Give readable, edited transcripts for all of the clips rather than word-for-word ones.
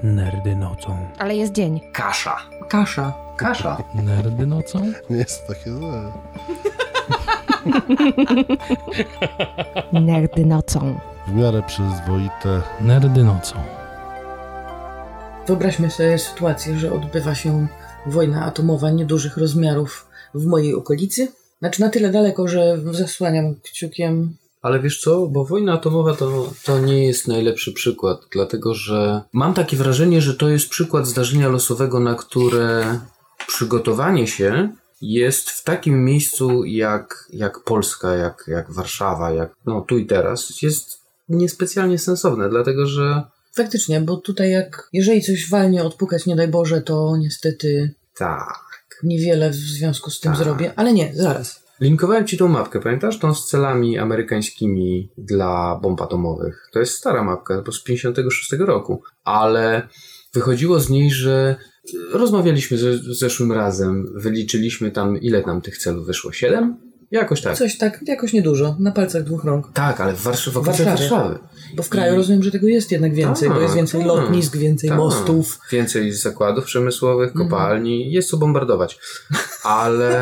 Nerdy nocą. Ale jest dzień. Kasza. Nerdy nocą? Nie jest takie złe. Nerdy nocą. W miarę przyzwoite. Nerdy nocą. Wyobraźmy sobie sytuację, że odbywa się wojna atomowa niedużych rozmiarów w mojej okolicy. Znaczy na tyle daleko, że zasłaniam kciukiem. Ale wiesz co, bo wojna atomowa to nie jest najlepszy przykład, dlatego że mam takie wrażenie, że to jest przykład zdarzenia losowego, na które przygotowanie się jest w takim miejscu jak Polska, jak Warszawa, jak tu i teraz, jest niespecjalnie sensowne, dlatego że... Faktycznie, bo tutaj jeżeli coś walnie odpukać, nie daj Boże, to niestety niewiele w związku z tym zrobię. Ale nie, zaraz. Linkowałem ci tą mapkę, pamiętasz? Tą z celami amerykańskimi dla bomb atomowych. To jest stara mapka, bo z 56 roku. Ale wychodziło z niej, że rozmawialiśmy zeszłym razem, wyliczyliśmy tam, ile nam tych celów wyszło? 7? Jakoś tak. Coś tak, jakoś niedużo, na palcach dwóch rąk. Tak, ale w Warszawie. Bo w kraju rozumiem, że tego jest jednak więcej, bo jest więcej lotnisk, więcej mostów. Więcej zakładów przemysłowych, kopalni. Jest co bombardować. Ale...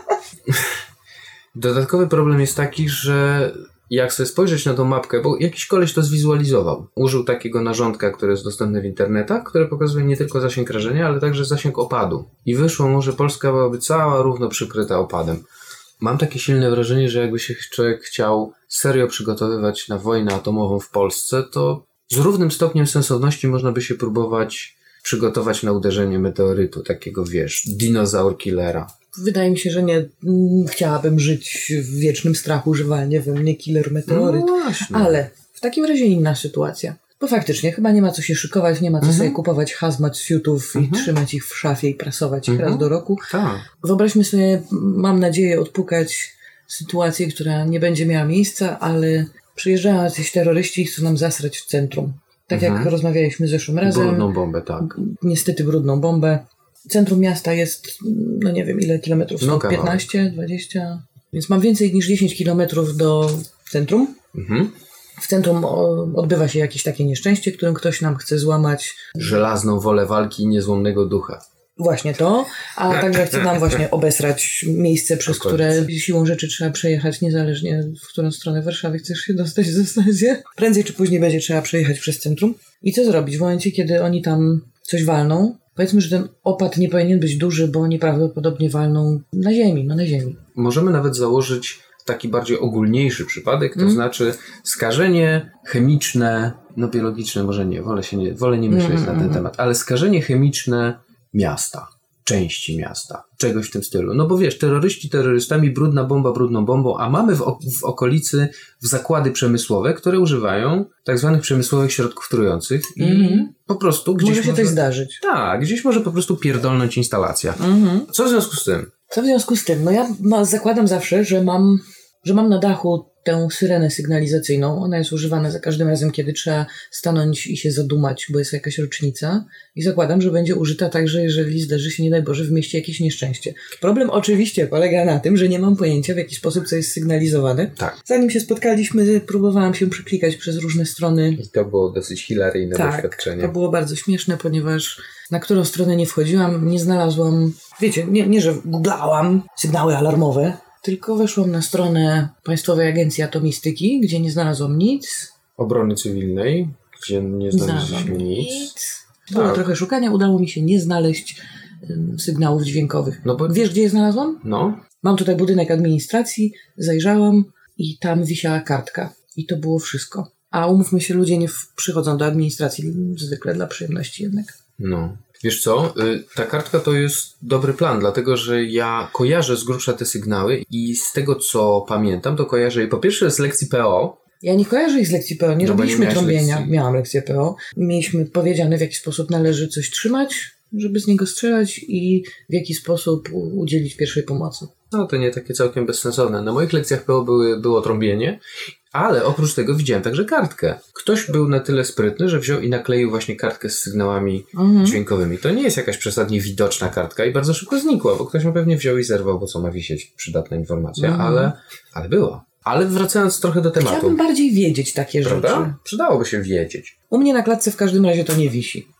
Dodatkowy problem jest taki, że jak sobie spojrzeć na tą mapkę, bo jakiś koleś to zwizualizował. Użył takiego narządka, które jest dostępne w internetach, które pokazuje nie tylko zasięg rażenia, ale także zasięg opadu. I wyszło mu, że Polska byłaby cała równo przykryta opadem. Mam takie silne wrażenie, że jakby się człowiek chciał serio przygotowywać na wojnę atomową w Polsce, to z równym stopniem sensowności można by się próbować przygotować na uderzenie meteorytu, takiego dinozaur killera. Wydaje mi się, że nie chciałabym żyć w wiecznym strachu, że walnie we mnie killer meteoryt. No właśnie. Ale w takim razie inna sytuacja. Bo faktycznie chyba nie ma co się szykować, nie ma co sobie kupować hazmat suitów i trzymać ich w szafie i prasować ich raz do roku. Tak. Wyobraźmy sobie, mam nadzieję, odpukać sytuację, która nie będzie miała miejsca, ale przyjeżdżają jacyś terroryści i chcą nam zasrać w centrum. Tak jak rozmawialiśmy zeszłym razem. Brudną bombę, tak. Niestety brudną bombę. Centrum miasta jest, nie wiem ile kilometrów, 15, 20, więc mam więcej niż 10 kilometrów do centrum. W centrum odbywa się jakieś takie nieszczęście, którym ktoś nam chce złamać żelazną wolę walki i niezłomnego ducha. Właśnie to, a także chce nam właśnie obesrać miejsce, przez które siłą rzeczy trzeba przejechać, niezależnie w którą stronę Warszawy chcesz się dostać w zasadzie. Prędzej czy później będzie trzeba przejechać przez centrum. I co zrobić w momencie, kiedy oni tam coś walną? Powiedzmy, że ten opad nie powinien być duży, bo oni prawdopodobnie walną na ziemi, na ziemi. Możemy nawet założyć taki bardziej ogólniejszy przypadek, to znaczy skażenie chemiczne, biologiczne może nie, wolę nie myśleć na ten temat, ale skażenie chemiczne miasta, części miasta, czegoś w tym stylu. No bo wiesz, terroryści terrorystami, brudna bomba brudną bombą, a mamy w okolicy zakłady przemysłowe, które używają tak zwanych przemysłowych środków trujących i po prostu gdzieś może się coś zdarzyć. Tak, gdzieś może po prostu pierdolnąć instalacja. Co w związku z tym? Co w związku z tym? No ja zakładam zawsze, że mam na dachu tę syrenę sygnalizacyjną. Ona jest używana za każdym razem, kiedy trzeba stanąć i się zadumać, bo jest jakaś rocznica. I zakładam, że będzie użyta także, jeżeli zdarzy się, nie daj Boże, w mieście jakieś nieszczęście. Problem oczywiście polega na tym, że nie mam pojęcia, w jaki sposób co jest sygnalizowane. Tak. Zanim się spotkaliśmy, próbowałam się przeklikać przez różne strony. I to było dosyć hilaryjne doświadczenie. To było bardzo śmieszne, ponieważ na którą stronę nie wchodziłam, nie znalazłam, wiecie, nie że googlałam sygnały alarmowe, tylko weszłam na stronę Państwowej Agencji Atomistyki, gdzie nie znalazłam nic. Obrony cywilnej, gdzie nie znaleźliśmy nic. Było trochę szukania, udało mi się nie znaleźć sygnałów dźwiękowych. Wiesz, gdzie je znalazłam? No. Mam tutaj budynek administracji, zajrzałam i tam wisiała kartka. I to było wszystko. A umówmy się, ludzie nie przychodzą do administracji zwykle dla przyjemności jednak. No. Wiesz co, ta kartka to jest dobry plan, dlatego że ja kojarzę z grubsza te sygnały i z tego co pamiętam, to kojarzę je po pierwsze z lekcji PO. Ja nie kojarzę ich z lekcji PO, nie robiliśmy trąbienia. Lekcji. Miałam lekcję PO. Mieliśmy powiedziane, w jaki sposób należy coś trzymać, żeby z niego strzelać i w jaki sposób udzielić pierwszej pomocy. No to nie takie całkiem bezsensowne. Na moich lekcjach PO było trąbienie, ale oprócz tego widziałem także kartkę. Ktoś był na tyle sprytny, że wziął i nakleił właśnie kartkę z sygnałami dźwiękowymi. To nie jest jakaś przesadnie widoczna kartka i bardzo szybko znikła, bo ktoś ją pewnie wziął i zerwał, bo co ma wisieć, przydatna informacja, ale była. Ale wracając trochę do tematu. Chciałabym bardziej wiedzieć takie Prawda? rzeczy. Przydałoby się wiedzieć. U mnie na klatce w każdym razie to nie wisi.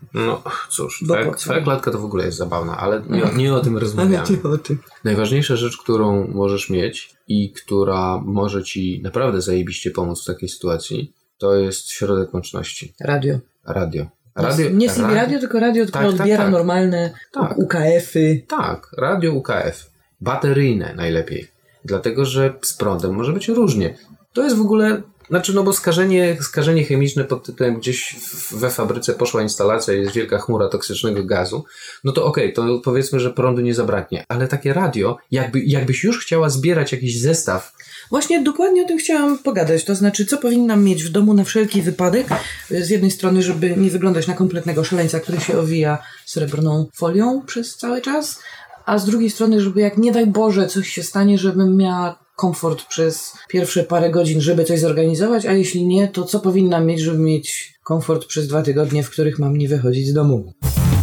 No cóż, Bo po co? twoja klatka to w ogóle jest zabawna, ale nie o tym rozmawiamy. o tym. Najważniejsza rzecz, którą możesz mieć i która może ci naprawdę zajebiście pomóc w takiej sytuacji, to jest środek łączności. Radio. Radio. Nie CB radio, tylko radio, które odbiera normalne Tak. UKF-y. Tak, radio UKF. Bateryjne najlepiej. Dlatego, że z prądem może być różnie. To jest w ogóle... bo skażenie chemiczne pod tytułem gdzieś we fabryce poszła instalacja i jest wielka chmura toksycznego gazu, no to okej, to powiedzmy, że prądu nie zabraknie. Ale takie radio, jakbyś już chciała zbierać jakiś zestaw. Właśnie dokładnie o tym chciałam pogadać. To znaczy, co powinnam mieć w domu na wszelki wypadek? Z jednej strony, żeby nie wyglądać na kompletnego szaleńca, który się owija srebrną folią przez cały czas, a z drugiej strony, żeby jak nie daj Boże coś się stanie, żebym miała komfort przez pierwsze parę godzin, żeby coś zorganizować, a jeśli nie, to co powinnam mieć, żeby mieć komfort przez 2 tygodnie, w których mam nie wychodzić z domu?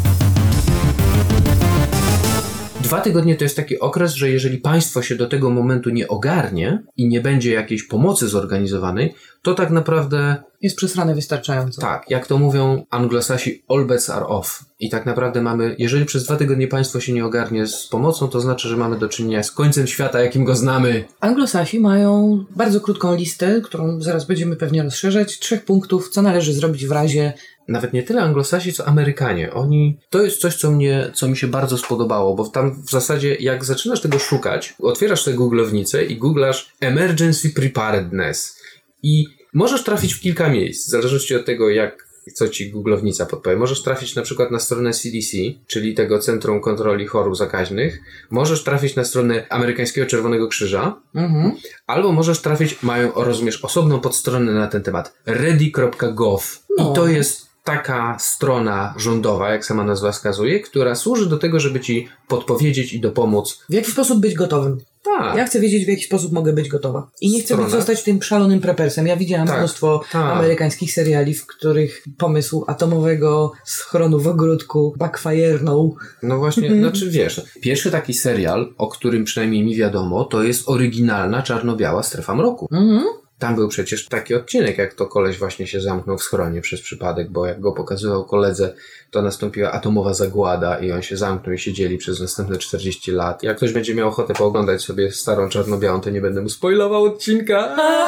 2 tygodnie to jest taki okres, że jeżeli państwo się do tego momentu nie ogarnie i nie będzie jakiejś pomocy zorganizowanej, to tak naprawdę... Jest przesrane wystarczająco. Tak, jak to mówią Anglosasi, all bets are off. I tak naprawdę jeżeli przez 2 tygodnie państwo się nie ogarnie z pomocą, to znaczy, że mamy do czynienia z końcem świata, jakim go znamy. Anglosasi mają bardzo krótką listę, którą zaraz będziemy pewnie rozszerzać, 3 punktów, co należy zrobić w razie... Nawet nie tyle Anglosasi, co Amerykanie. To jest coś, co mi się bardzo spodobało, bo tam w zasadzie jak zaczynasz tego szukać, otwierasz tę googlownicę i googlasz Emergency Preparedness i możesz trafić w kilka miejsc, w zależności od tego, co ci googlownica podpowie. Możesz trafić na przykład na stronę CDC, czyli tego Centrum Kontroli Chorób Zakaźnych. Możesz trafić na stronę Amerykańskiego Czerwonego Krzyża. Albo możesz trafić, rozumiesz, osobną podstronę na ten temat. ready.gov. I to jest taka strona rządowa, jak sama nazwa wskazuje, która służy do tego, żeby ci podpowiedzieć i dopomóc. W jaki sposób być gotowym? Tak. Ja chcę wiedzieć, w jaki sposób mogę być gotowa. I nie chcę zostać tym szalonym prepersem. Ja widziałam mnóstwo amerykańskich seriali, w których pomysł atomowego schronu w ogródku backfire'nął. No właśnie, znaczy wiesz, pierwszy taki serial, o którym przynajmniej mi wiadomo, to jest oryginalna czarno-biała Strefa Mroku. Tam był przecież taki odcinek, jak to koleś właśnie się zamknął w schronie przez przypadek, bo jak go pokazywał koledze, to nastąpiła atomowa zagłada i on się zamknął i siedzieli przez następne 40 lat. Jak ktoś będzie miał ochotę pooglądać sobie starą czarno-białą, to nie będę mu spoilował odcinka.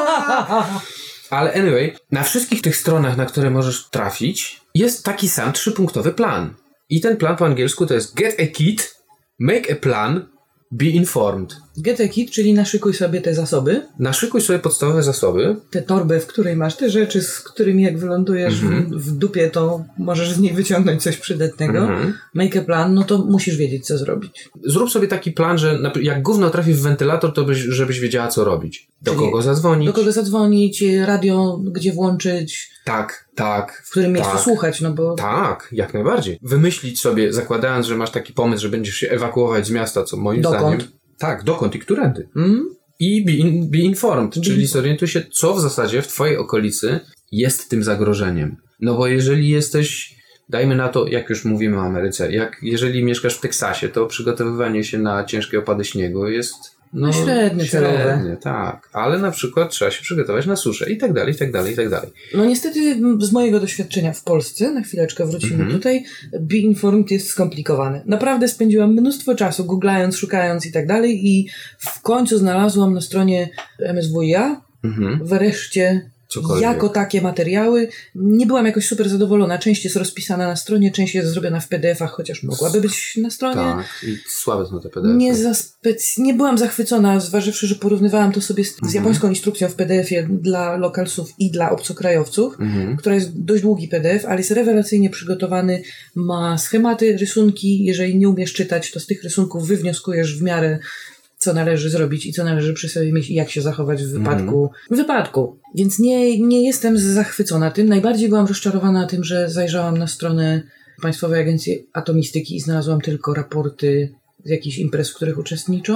Ale anyway, na wszystkich tych stronach, na które możesz trafić, jest taki sam 3-punktowy plan. I ten plan po angielsku to jest get a kit, make a plan, be informed. Get a kit, czyli naszykuj sobie te zasoby. Naszykuj sobie podstawowe zasoby. Tę torbę, w której masz te rzeczy, z którymi jak wylądujesz w dupie, to możesz z niej wyciągnąć coś przydatnego. Make a plan, no to musisz wiedzieć, co zrobić. Zrób sobie taki plan, że jak gówno trafi w wentylator, to żebyś wiedziała, co robić. Do kogo zadzwonić. Radio, gdzie włączyć. Tak. W którym miejscu słuchać, no bo... Tak, jak najbardziej. Wymyślić sobie, zakładając, że masz taki pomysł, że będziesz się ewakuować z miasta, co moim zdaniem... Tak, dokąd i którędy. I be informed, czyli zorientuj się, co w zasadzie w twojej okolicy jest tym zagrożeniem. No bo jeżeli jesteś, dajmy na to, jak już mówimy o Ameryce, jeżeli mieszkasz w Teksasie, to przygotowywanie się na ciężkie opady śniegu jest... No średnie, tak. Ale na przykład trzeba się przygotować na suszę i tak dalej, i tak dalej, i tak dalej. No niestety z mojego doświadczenia w Polsce, na chwileczkę wrócimy tutaj, Be Informed jest skomplikowany. Naprawdę spędziłam mnóstwo czasu googlając, szukając i tak dalej i w końcu znalazłam na stronie MSWiA wreszcie jako takie materiały. Nie byłam jakoś super zadowolona. Część jest rozpisana na stronie, część jest zrobiona w PDF-ach, chociaż mogłaby być na stronie. Tak, i słabe są te PDF-y. Nie byłam zachwycona, zważywszy, że porównywałam to sobie z japońską instrukcją w PDF-ie dla lokalsów i dla obcokrajowców, która jest dość długi PDF, ale jest rewelacyjnie przygotowany, ma schematy, rysunki. Jeżeli nie umiesz czytać, to z tych rysunków wywnioskujesz w miarę co należy zrobić i co należy przy sobie mieć i jak się zachować w wypadku. Więc nie jestem zachwycona tym. Najbardziej byłam rozczarowana tym, że zajrzałam na stronę Państwowej Agencji Atomistyki i znalazłam tylko raporty z jakichś imprez, w których uczestniczą.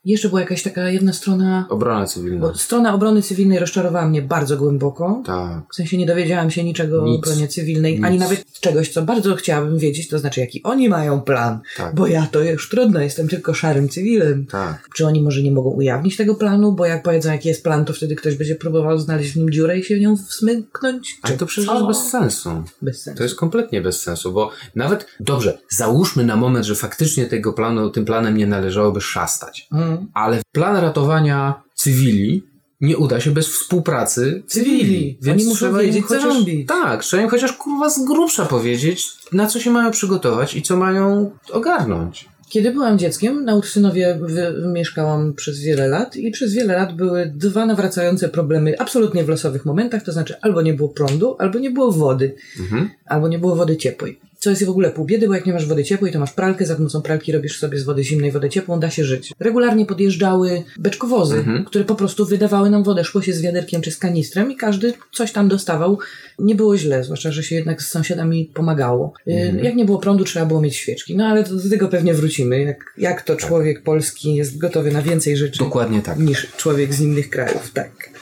Jeszcze była jakaś taka jedna strona... Obrona cywilna. Bo strona obrony cywilnej rozczarowała mnie bardzo głęboko. Tak. W sensie nie dowiedziałam się niczego o obronie cywilnej, ani nawet czegoś, co bardzo chciałabym wiedzieć, to znaczy jaki oni mają plan. Tak. Bo ja to już trudno, jestem tylko szarym cywilem. Tak. Czy oni może nie mogą ujawnić tego planu, bo jak powiedzą jaki jest plan, to wtedy ktoś będzie próbował znaleźć w nim dziurę i się w nią wsmyknąć? Ale to przecież jest bez sensu. Bez sensu. To jest kompletnie bez sensu, bo nawet, dobrze, załóżmy na moment, że faktycznie tym planem nie należałoby szastać. Ale plan ratowania cywili nie uda się bez współpracy cywili. Więc oni muszą trzeba im wiedzieć, co robić. Tak, trzeba im chociaż kurwa z grubsza powiedzieć, na co się mają przygotować i co mają ogarnąć. Kiedy byłam dzieckiem, na Ursynowie mieszkałam przez wiele lat i przez wiele lat były dwa nawracające problemy absolutnie w losowych momentach, to znaczy albo nie było prądu, albo nie było wody, albo nie było wody ciepłej. Co jest w ogóle pół biedy, bo jak nie masz wody ciepłej, to masz pralkę, za pomocą pralki robisz sobie z wody zimnej wodę ciepłą, da się żyć. Regularnie podjeżdżały beczkowozy, które po prostu wydawały nam wodę, szło się z wiaderkiem czy z kanistrem i każdy coś tam dostawał. Nie było źle, zwłaszcza, że się jednak z sąsiadami pomagało. Jak nie było prądu, trzeba było mieć świeczki. No ale do tego pewnie wrócimy. Jak to człowiek polski jest gotowy na więcej rzeczy Dokładnie tak. niż człowiek z innych krajów. Tak.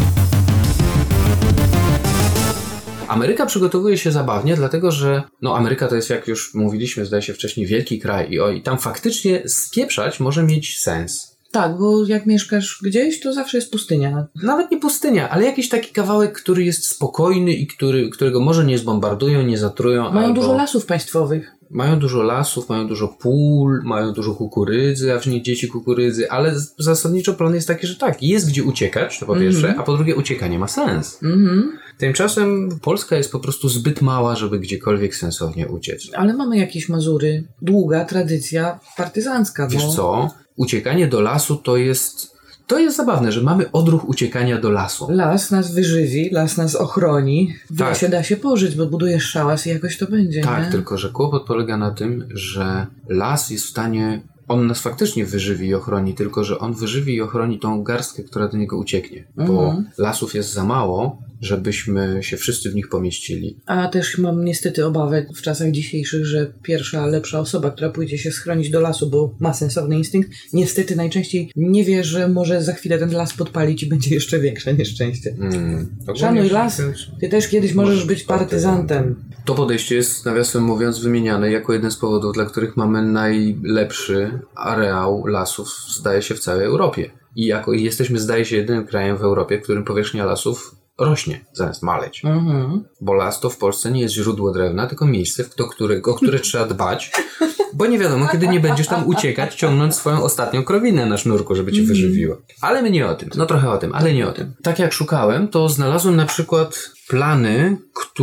Ameryka przygotowuje się zabawnie, dlatego że Ameryka to jest, jak już mówiliśmy, zdaje się wcześniej, wielki kraj i tam faktycznie spieprzać może mieć sens. Tak, bo jak mieszkasz gdzieś, to zawsze jest pustynia. Nawet nie pustynia, ale jakiś taki kawałek, który jest spokojny i którego może nie zbombardują, nie zatrują. Mają dużo lasów państwowych. Mają dużo lasów, mają dużo pól, mają dużo kukurydzy, a w nich dzieci kukurydzy, ale zasadniczo plan jest taki, że tak, jest gdzie uciekać, to po pierwsze, a po drugie uciekanie ma sens. Tymczasem Polska jest po prostu zbyt mała, żeby gdziekolwiek sensownie uciec. Ale mamy jakieś Mazury. Długa tradycja partyzancka. Wiesz co? Uciekanie do lasu to jest zabawne, że mamy odruch uciekania do lasu. Las nas wyżywi, las nas ochroni. W Tak. lesie da się pożyć, bo budujesz szałas i jakoś to będzie, Tak, nie? tylko że kłopot polega na tym, że las jest w stanie... On nas faktycznie wyżywi i ochroni, tylko że on wyżywi i ochroni tą garstkę, która do niego ucieknie. Bo lasów jest za mało, żebyśmy się wszyscy w nich pomieścili. A też mam niestety obawę w czasach dzisiejszych, że pierwsza, lepsza osoba, która pójdzie się schronić do lasu, bo ma sensowny instynkt, niestety najczęściej nie wie, że może za chwilę ten las podpalić i będzie jeszcze większe nieszczęście. Szanuj las, ty też kiedyś możesz być partyzantem. To podejście jest, nawiasem mówiąc, wymieniane jako jeden z powodów, dla których mamy najlepszy areał lasów, zdaje się, w całej Europie. I jesteśmy, zdaje się, jedynym krajem w Europie, w którym powierzchnia lasów rośnie, zamiast maleć. Bo las to w Polsce nie jest źródło drewna, tylko miejsce, o które trzeba dbać, bo nie wiadomo, kiedy nie będziesz tam uciekać, ciągnąc swoją ostatnią krowinę na sznurku, żeby cię wyżywiło. Ale my nie o tym. No trochę o tym, ale nie o tym. Tak jak szukałem, to znalazłem na przykład plany,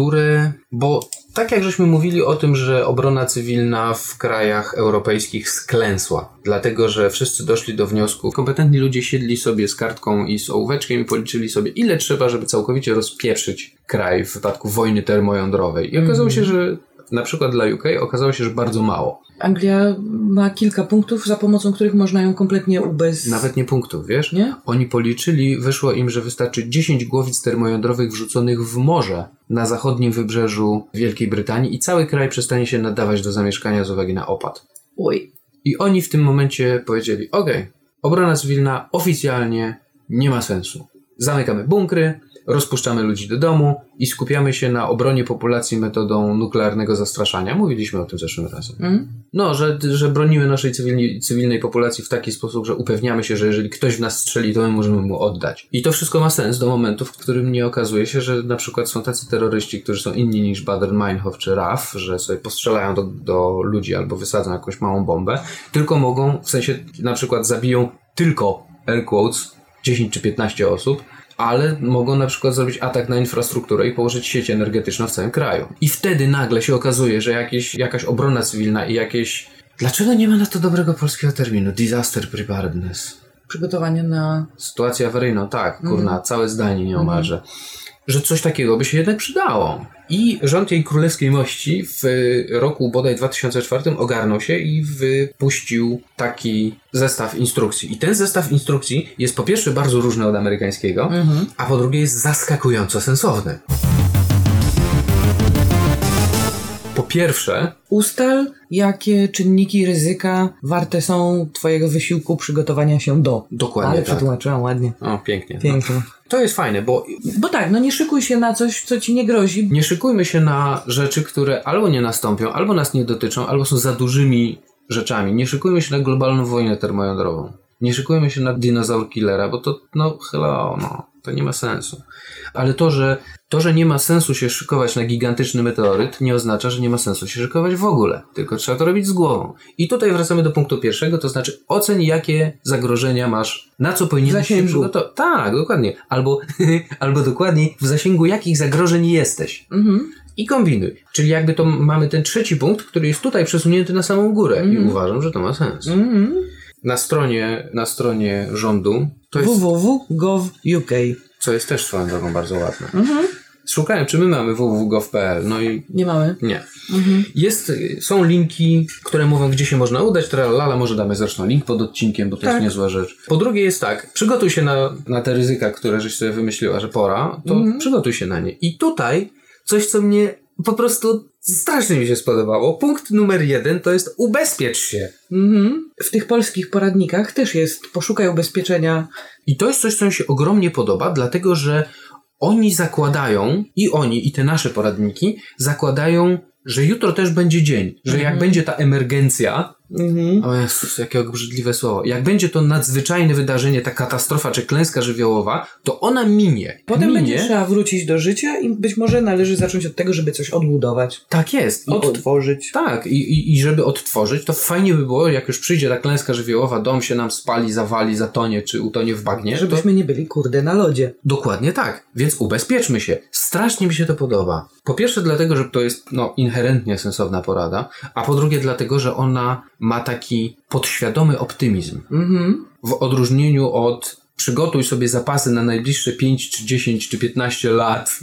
bo tak jak żeśmy mówili o tym, że obrona cywilna w krajach europejskich sklęsła, dlatego że wszyscy doszli do wniosku, kompetentni ludzie siedli sobie z kartką i z ołóweczkiem i policzyli sobie, ile trzeba, żeby całkowicie rozpieprzyć kraj w wypadku wojny termojądrowej. I okazało się, że na przykład dla UK okazało się, że bardzo mało. Anglia ma kilka punktów, za pomocą których można ją kompletnie Nawet nie punktów, wiesz? Nie? Oni policzyli, wyszło im, że wystarczy 10 głowic termojądrowych wrzuconych w morze na zachodnim wybrzeżu Wielkiej Brytanii i cały kraj przestanie się nadawać do zamieszkania z uwagi na opad. Oj. I oni w tym momencie powiedzieli, obrona cywilna oficjalnie nie ma sensu. Zamykamy bunkry, rozpuszczamy ludzi do domu i skupiamy się na obronie populacji metodą nuklearnego zastraszania. Mówiliśmy o tym zeszłym razem. Że bronimy naszej cywilnej populacji w taki sposób, że upewniamy się, że jeżeli ktoś w nas strzeli, to my możemy mu oddać. I to wszystko ma sens do momentu, w którym nie okazuje się, że na przykład są tacy terroryści, którzy są inni niż Baader-Meinhof czy RAF, że sobie postrzelają do ludzi albo wysadzą jakąś małą bombę, tylko mogą, w sensie na przykład zabiją tylko, air quotes, 10 czy 15 osób, ale mogą na przykład zrobić atak na infrastrukturę i położyć sieć energetyczną w całym kraju. I wtedy nagle się okazuje, że jakaś obrona cywilna i jakieś... Dlaczego nie ma na to dobrego polskiego terminu? Disaster preparedness. Przygotowanie na... Sytuację awaryjną, tak, całe zdanie nieomalże. Że coś takiego by się jednak przydało. I rząd jej królewskiej mości w roku bodaj 2004 ogarnął się i wypuścił taki zestaw instrukcji. I ten zestaw instrukcji jest po pierwsze bardzo różny od amerykańskiego, a po drugie jest zaskakująco sensowny. Po pierwsze, Ustal, jakie czynniki ryzyka warte są twojego wysiłku przygotowania się do. dokładnie Ale tak. przetłumaczyłam ładnie. O, pięknie. Pięknie. No. To jest fajne, bo Bo tak, no nie szykuj się na coś, co ci nie grozi. nie szykujmy się na rzeczy, które albo nie nastąpią, albo nas nie dotyczą, albo są za dużymi rzeczami. Nie szykujmy się na globalną wojnę termojądrową. Nie szykujmy się na dinozaur killera, bo to, to nie ma sensu. Ale to, że nie ma sensu się szykować na gigantyczny meteoryt, nie oznacza, że nie ma sensu się szykować w ogóle. Tylko trzeba to robić z głową. I tutaj wracamy do punktu pierwszego, to znaczy oceń, jakie zagrożenia masz, na co powinieneś się przygotować. Tak, dokładnie. Albo dokładniej, w zasięgu jakich zagrożeń jesteś. I kombinuj. Czyli jakby to mamy ten trzeci punkt, który jest tutaj przesunięty na samą górę. I uważam, że to ma sens. Na stronie rządu to jest, www.gov.uk. co jest też swoją drogą bardzo ładne. Szukałem, czy my mamy www.gov.pl, no i Nie mamy. nie. Są linki, które mówią, gdzie się można udać, tralala, może damy zresztą link pod odcinkiem, bo to jest niezła rzecz. Po drugie jest tak, przygotuj się na te ryzyka, które żeś sobie wymyśliła, że pora, to przygotuj się na nie. I tutaj coś, co mnie po prostu strasznie mi się spodobało. Punkt numer 1 to jest ubezpiecz się. W tych polskich poradnikach też jest poszukaj ubezpieczenia. I to jest coś, co mi się ogromnie podoba, dlatego że oni zakładają, i te nasze poradniki, zakładają, że jutro też będzie dzień, że jak będzie ta emergencja, o Jezus, jakie obrzydliwe słowo, jak będzie to nadzwyczajne wydarzenie, ta katastrofa czy klęska żywiołowa, to ona minie. Potem będzie trzeba wrócić do życia i być może należy zacząć od tego, żeby coś odbudować. Tak jest. Odtworzyć. Tak, i żeby odtworzyć, to fajnie by było, jak już przyjdzie ta klęska żywiołowa, dom się nam spali, zawali, zatonie, czy utonie w bagnie. Żebyśmy nie byli na lodzie. Dokładnie tak. Więc ubezpieczmy się. Strasznie mi się to podoba. Po pierwsze dlatego, że to jest inherentnie sensowna porada, a po drugie dlatego, że ona ma taki podświadomy optymizm. W odróżnieniu od przygotuj sobie zapasy na najbliższe 5, czy 10, czy 15 lat.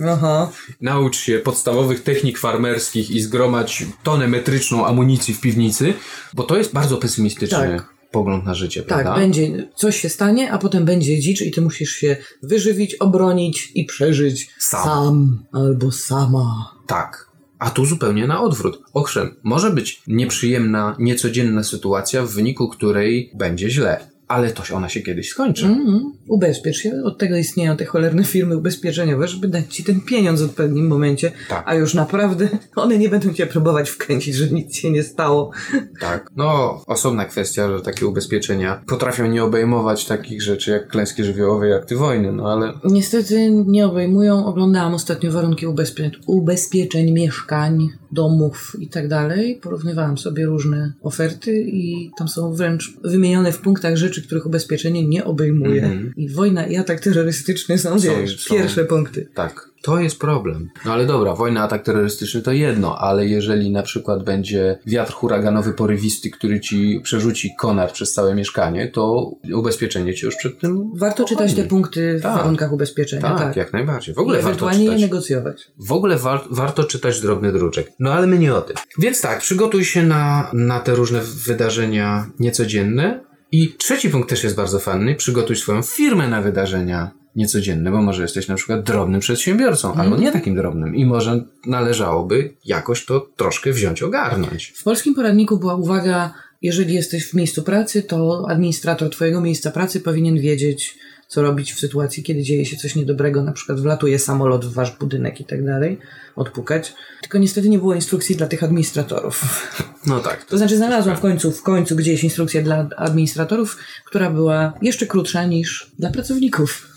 Naucz się podstawowych technik farmerskich i zgromadź tonę metryczną amunicji w piwnicy, bo to jest bardzo pesymistyczny pogląd na życie, prawda? Tak, coś się stanie, a potem będzie dzicz i ty musisz się wyżywić, obronić i przeżyć sam albo sama. Tak. A tu zupełnie na odwrót. Owszem, może być nieprzyjemna, niecodzienna sytuacja, w wyniku której będzie źle. Ale ona się kiedyś skończy. Ubezpiecz się. Od tego istnieją te cholerne firmy ubezpieczeniowe, żeby dać ci ten pieniądz w odpowiednim momencie. Tak. A już naprawdę one nie będą cię próbować wkręcić, że nic się nie stało. Tak. Osobna kwestia, że takie ubezpieczenia potrafią nie obejmować takich rzeczy jak klęski żywiołowe i akty wojny, ale... Niestety nie obejmują. Oglądałam ostatnio warunki ubezpieczeń mieszkań, domów i tak dalej. Porównywałam sobie różne oferty i tam są wręcz wymienione w punktach rzeczy, których ubezpieczenie nie obejmuje. I wojna i atak terrorystyczny są pierwsze punkty. Tak. To jest problem. Ale dobra, wojna, atak terrorystyczny to jedno, ale jeżeli na przykład będzie wiatr huraganowy porywisty, który ci przerzuci konar przez całe mieszkanie, to ubezpieczenie cię już przed tym warto czytać te punkty w warunkach ubezpieczenia. Tak, jak najbardziej. W ogóle warto czytać. Je negocjować. W ogóle warto czytać drobny druczek. Ale my nie o tym. Więc tak, przygotuj się na te różne wydarzenia niecodzienne. I trzeci punkt też jest bardzo fajny. Przygotuj swoją firmę na wydarzenia niecodzienne, bo może jesteś na przykład drobnym przedsiębiorcą, albo nie takim drobnym i może należałoby jakoś to troszkę wziąć, ogarnąć. W polskim poradniku była uwaga, jeżeli jesteś w miejscu pracy, to administrator twojego miejsca pracy powinien wiedzieć, co robić w sytuacji, kiedy dzieje się coś niedobrego, na przykład wlatuje samolot w wasz budynek i tak dalej, odpukać. Tylko niestety nie było instrukcji dla tych administratorów. No tak. To znaczy znalazłam w końcu gdzieś instrukcję dla administratorów, która była jeszcze krótsza niż dla pracowników.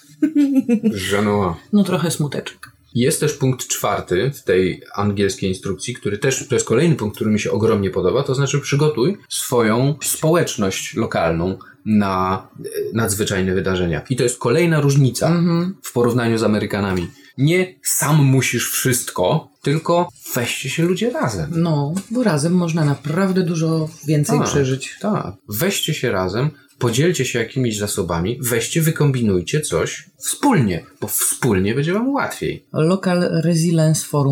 Żenoa. Trochę smuteczek. Jest też punkt 4 w tej angielskiej instrukcji, który też, to jest kolejny punkt, który mi się ogromnie podoba, to znaczy przygotuj swoją społeczność lokalną na nadzwyczajne wydarzenia. I to jest kolejna różnica w porównaniu z Amerykanami. Nie sam musisz wszystko, tylko weźcie się ludzie razem. Bo razem można naprawdę dużo więcej przeżyć. Tak. Weźcie się razem, podzielcie się jakimiś zasobami, weźcie, wykombinujcie coś wspólnie, bo wspólnie będzie wam łatwiej. Local Resilience Forums.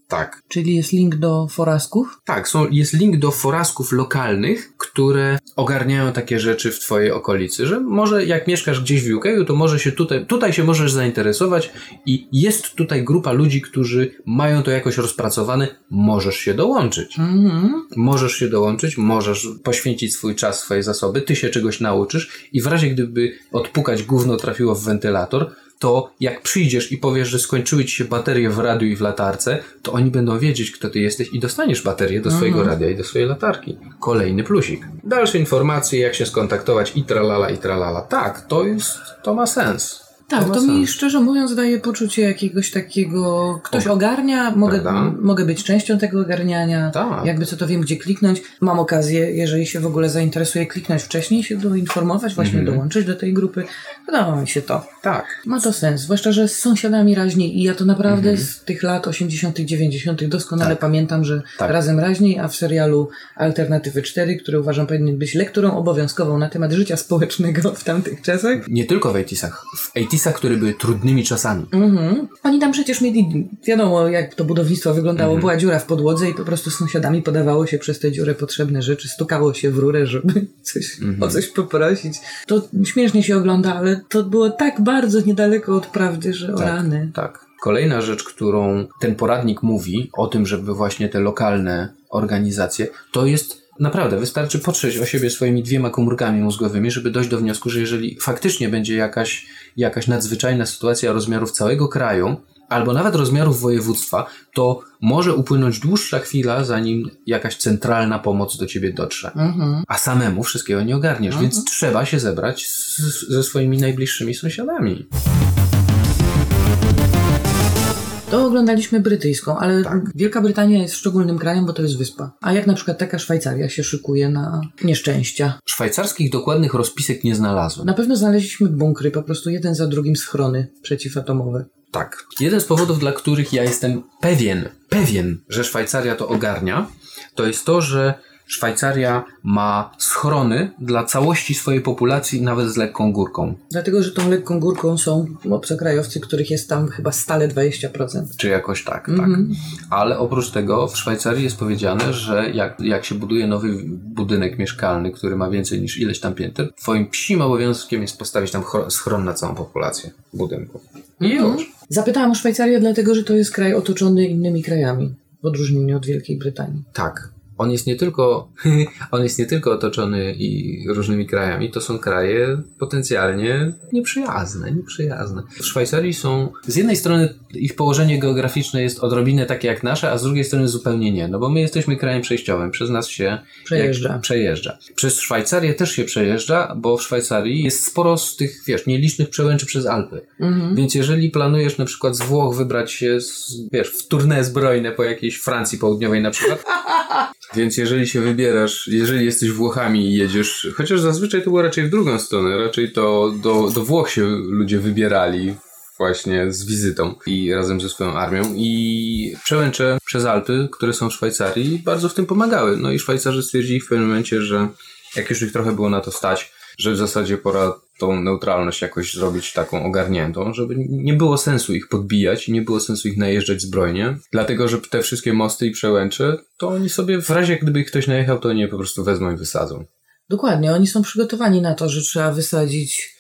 Tak. Czyli jest link do forasków? Tak, jest link do forasków lokalnych, które ogarniają takie rzeczy w twojej okolicy, że może jak mieszkasz gdzieś w UK, to może się tutaj się możesz zainteresować i jest tutaj grupa ludzi, którzy mają to jakoś rozpracowane, możesz się dołączyć. Możesz się dołączyć, możesz poświęcić swój czas, swoje zasoby, ty się czegoś nauczysz i w razie gdyby odpukać gówno trafiło w wentylator, to jak przyjdziesz i powiesz, że skończyły ci się baterie w radiu i w latarce, to oni będą wiedzieć, kto ty jesteś i dostaniesz baterię do swojego radia i do swojej latarki. Kolejny plusik. Dalsze informacje, jak się skontaktować i tralala. Tak, to ma sens. Tak, to mi szczerze mówiąc daje poczucie jakiegoś takiego, ktoś ogarnia, mogę być częścią tego ogarniania, jakby co to wiem, gdzie kliknąć. Mam okazję, jeżeli się w ogóle zainteresuję, kliknąć wcześniej, się doinformować, właśnie dołączyć do tej grupy. Podoba mi się to. Tak. Ma to sens, zwłaszcza, że z sąsiadami raźniej i ja to naprawdę z tych lat 80., 90. doskonale pamiętam, że razem raźniej, a w serialu Alternatywy 4, który uważam powinien być lekturą obowiązkową na temat życia społecznego w tamtych czasach. Nie tylko w 80'sach. W 80'sach, które były trudnymi czasami. Oni tam przecież mieli, wiadomo jak to budownictwo wyglądało, była dziura w podłodze i po prostu z sąsiadami podawało się przez tę dziurę potrzebne rzeczy, stukało się w rurę, żeby o coś poprosić. To śmiesznie się ogląda, ale to było tak bardzo niedaleko od prawdy, że o rany. Tak. Kolejna rzecz, którą ten poradnik mówi o tym, żeby właśnie te lokalne organizacje, to jest naprawdę, wystarczy potrzeć o siebie swoimi 2 komórkami mózgowymi, żeby dojść do wniosku, że jeżeli faktycznie będzie jakaś nadzwyczajna sytuacja rozmiarów całego kraju, albo nawet rozmiarów województwa, to może upłynąć dłuższa chwila, zanim jakaś centralna pomoc do ciebie dotrze. A samemu wszystkiego nie ogarniesz, więc trzeba się zebrać ze swoimi najbliższymi sąsiadami. To oglądaliśmy brytyjską, ale Wielka Brytania jest szczególnym krajem, bo to jest wyspa. A jak na przykład taka Szwajcaria się szykuje na nieszczęścia? Szwajcarskich dokładnych rozpisek nie znalazłem. Na pewno znaleźliśmy bunkry, po prostu jeden za drugim schrony przeciwatomowe. Tak. Jeden z powodów, dla których ja jestem pewien, że Szwajcaria to ogarnia, to jest to, że Szwajcaria ma schrony dla całości swojej populacji, nawet z lekką górką. Dlatego, że tą lekką górką są obcokrajowcy, których jest tam chyba stale 20%. Czy jakoś tak. Ale oprócz tego w Szwajcarii jest powiedziane, że jak się buduje nowy budynek mieszkalny, który ma więcej niż ileś tam pięter, twoim psim obowiązkiem jest postawić tam schron na całą populację budynków. I już. Zapytałam o Szwajcarię, dlatego, że to jest kraj otoczony innymi krajami, w odróżnieniu od Wielkiej Brytanii. Tak. On jest nie tylko otoczony i różnymi krajami, to są kraje potencjalnie nieprzyjazne. W Szwajcarii są, z jednej strony ich położenie geograficzne jest odrobinę takie jak nasze, a z drugiej strony zupełnie nie, no bo my jesteśmy krajem przejściowym, przez nas się przejeżdża. Przez Szwajcarię też się przejeżdża, bo w Szwajcarii jest sporo z tych, nielicznych przełęczy przez Alpy. Więc jeżeli planujesz na przykład z Włoch wybrać się w tournée zbrojne po jakiejś Francji Południowej na przykład, więc jeżeli się wybierasz, jeżeli jesteś Włochami i jedziesz, chociaż zazwyczaj to było raczej w drugą stronę, raczej to do Włoch się ludzie wybierali właśnie z wizytą i razem ze swoją armią i przełęcze przez Alpy, które są w Szwajcarii, bardzo w tym pomagały. No i Szwajcarzy stwierdzili w pewnym momencie, że jak już ich trochę było na to stać, że w zasadzie pora tą neutralność jakoś zrobić taką ogarniętą, żeby nie było sensu ich podbijać i nie było sensu ich najeżdżać zbrojnie, dlatego że te wszystkie mosty i przełęcze, to oni sobie w razie gdyby ktoś najechał, to oni je po prostu wezmą i wysadzą. Dokładnie, oni są przygotowani na to, że trzeba wysadzić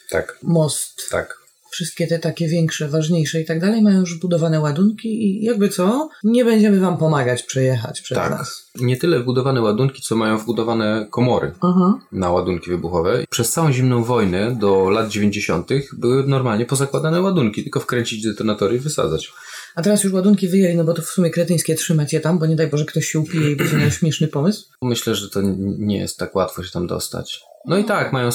most. Wszystkie te takie większe, ważniejsze i tak dalej mają już budowane ładunki i jakby co, nie będziemy wam pomagać przejechać przez nas. Nie tyle wbudowane ładunki, co mają wbudowane komory na ładunki wybuchowe. Przez całą zimną wojnę do lat 90. były normalnie pozakładane ładunki, tylko wkręcić detonatory i wysadzać. A teraz już ładunki wyjęli, no bo to w sumie kretyńskie trzymać je tam, bo nie daj Boże ktoś się upije i będzie miał śmieszny pomysł. Myślę, że to nie jest tak łatwo się tam dostać. No i tak, mają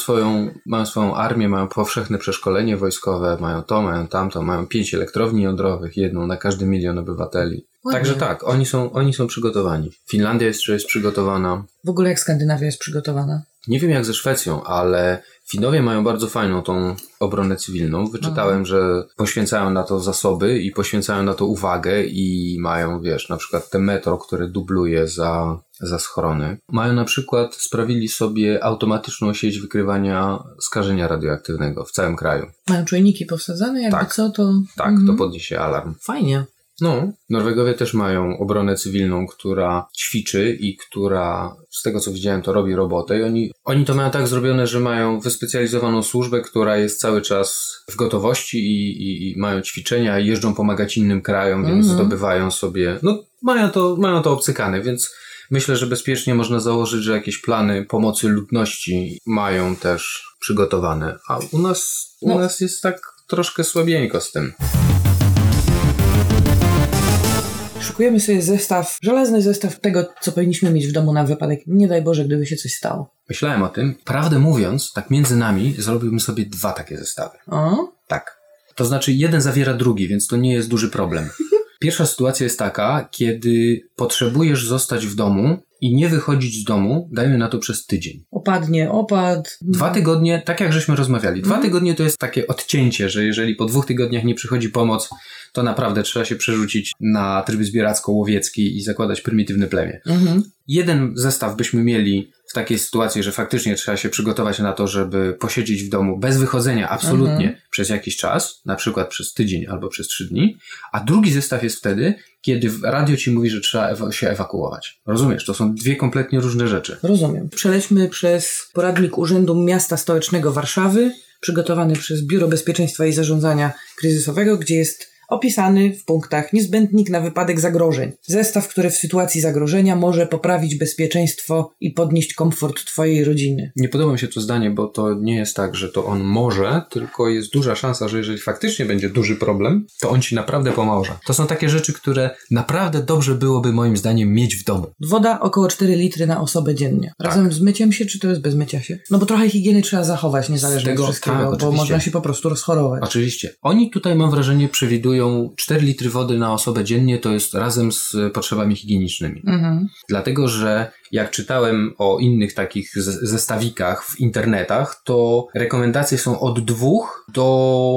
swoją armię, mają powszechne przeszkolenie wojskowe, mają to, mają tamto, mają 5 elektrowni jądrowych, jedną na każdy 1 000 000 obywateli. Ładnie. Także tak, oni są przygotowani. Finlandia jeszcze jest przygotowana. W ogóle jak Skandynawia jest przygotowana? Nie wiem jak ze Szwecją, ale Finowie mają bardzo fajną tą obronę cywilną. Wyczytałem, że poświęcają na to zasoby i poświęcają na to uwagę i mają, na przykład te metro, które dubluje za schrony. Mają na przykład, sprawili sobie automatyczną sieć wykrywania skażenia radioaktywnego w całym kraju. Mają czujniki powsadzane, jakby co to... Tak, to podniesie alarm. Fajnie. No, Norwegowie też mają obronę cywilną, która ćwiczy i która, z tego co widziałem, to robi robotę i oni to mają tak zrobione, że mają wyspecjalizowaną służbę, która jest cały czas w gotowości i mają ćwiczenia i jeżdżą pomagać innym krajom, więc zdobywają sobie, no mają to obcykane, więc myślę, że bezpiecznie można założyć, że jakieś plany pomocy ludności mają też przygotowane, a u nas jest tak troszkę słabieńko z tym. Szykujemy sobie żelazny zestaw tego, co powinniśmy mieć w domu na wypadek, nie daj Boże, gdyby się coś stało. Myślałem o tym. Prawdę mówiąc, tak między nami zrobiłbym sobie 2 takie zestawy. O? Tak. To znaczy jeden zawiera drugi, więc to nie jest duży problem. Pierwsza sytuacja jest taka, kiedy potrzebujesz zostać w domu i nie wychodzić z domu, dajmy na to przez tydzień. Opad. 2 tygodnie, tak jak żeśmy rozmawiali, 2 tygodnie to jest takie odcięcie, że jeżeli po 2 tygodniach nie przychodzi pomoc, to naprawdę trzeba się przerzucić na tryb zbieracko-łowiecki i zakładać prymitywne plemię. Jeden zestaw byśmy mieli w takiej sytuacji, że faktycznie trzeba się przygotować na to, żeby posiedzieć w domu bez wychodzenia absolutnie przez jakiś czas, na przykład przez tydzień albo przez 3 dni, a drugi zestaw jest wtedy, kiedy radio ci mówi, że trzeba się ewakuować. Rozumiesz? To są 2 kompletnie różne rzeczy. Rozumiem. Przelećmy przez poradnik Urzędu Miasta Stołecznego Warszawy, przygotowany przez Biuro Bezpieczeństwa i Zarządzania Kryzysowego, gdzie jest opisany w punktach niezbędnik na wypadek zagrożeń. Zestaw, który w sytuacji zagrożenia może poprawić bezpieczeństwo i podnieść komfort twojej rodziny. Nie podoba mi się to zdanie, bo to nie jest tak, że to on może, tylko jest duża szansa, że jeżeli faktycznie będzie duży problem, to on ci naprawdę pomoże. To są takie rzeczy, które naprawdę dobrze byłoby moim zdaniem mieć w domu. Woda około 4 litry na osobę dziennie. Razem z myciem się, czy to jest bez mycia się? No bo trochę higieny trzeba zachować, niezależnie od wszystkiego, bo oczywiście. można się po prostu rozchorować. Oczywiście. Oni tutaj, mam wrażenie, przewidują 4 litry wody na osobę dziennie, to jest razem z potrzebami higienicznymi. Dlatego, że jak czytałem o innych takich zestawikach w internetach, to rekomendacje są od 2 do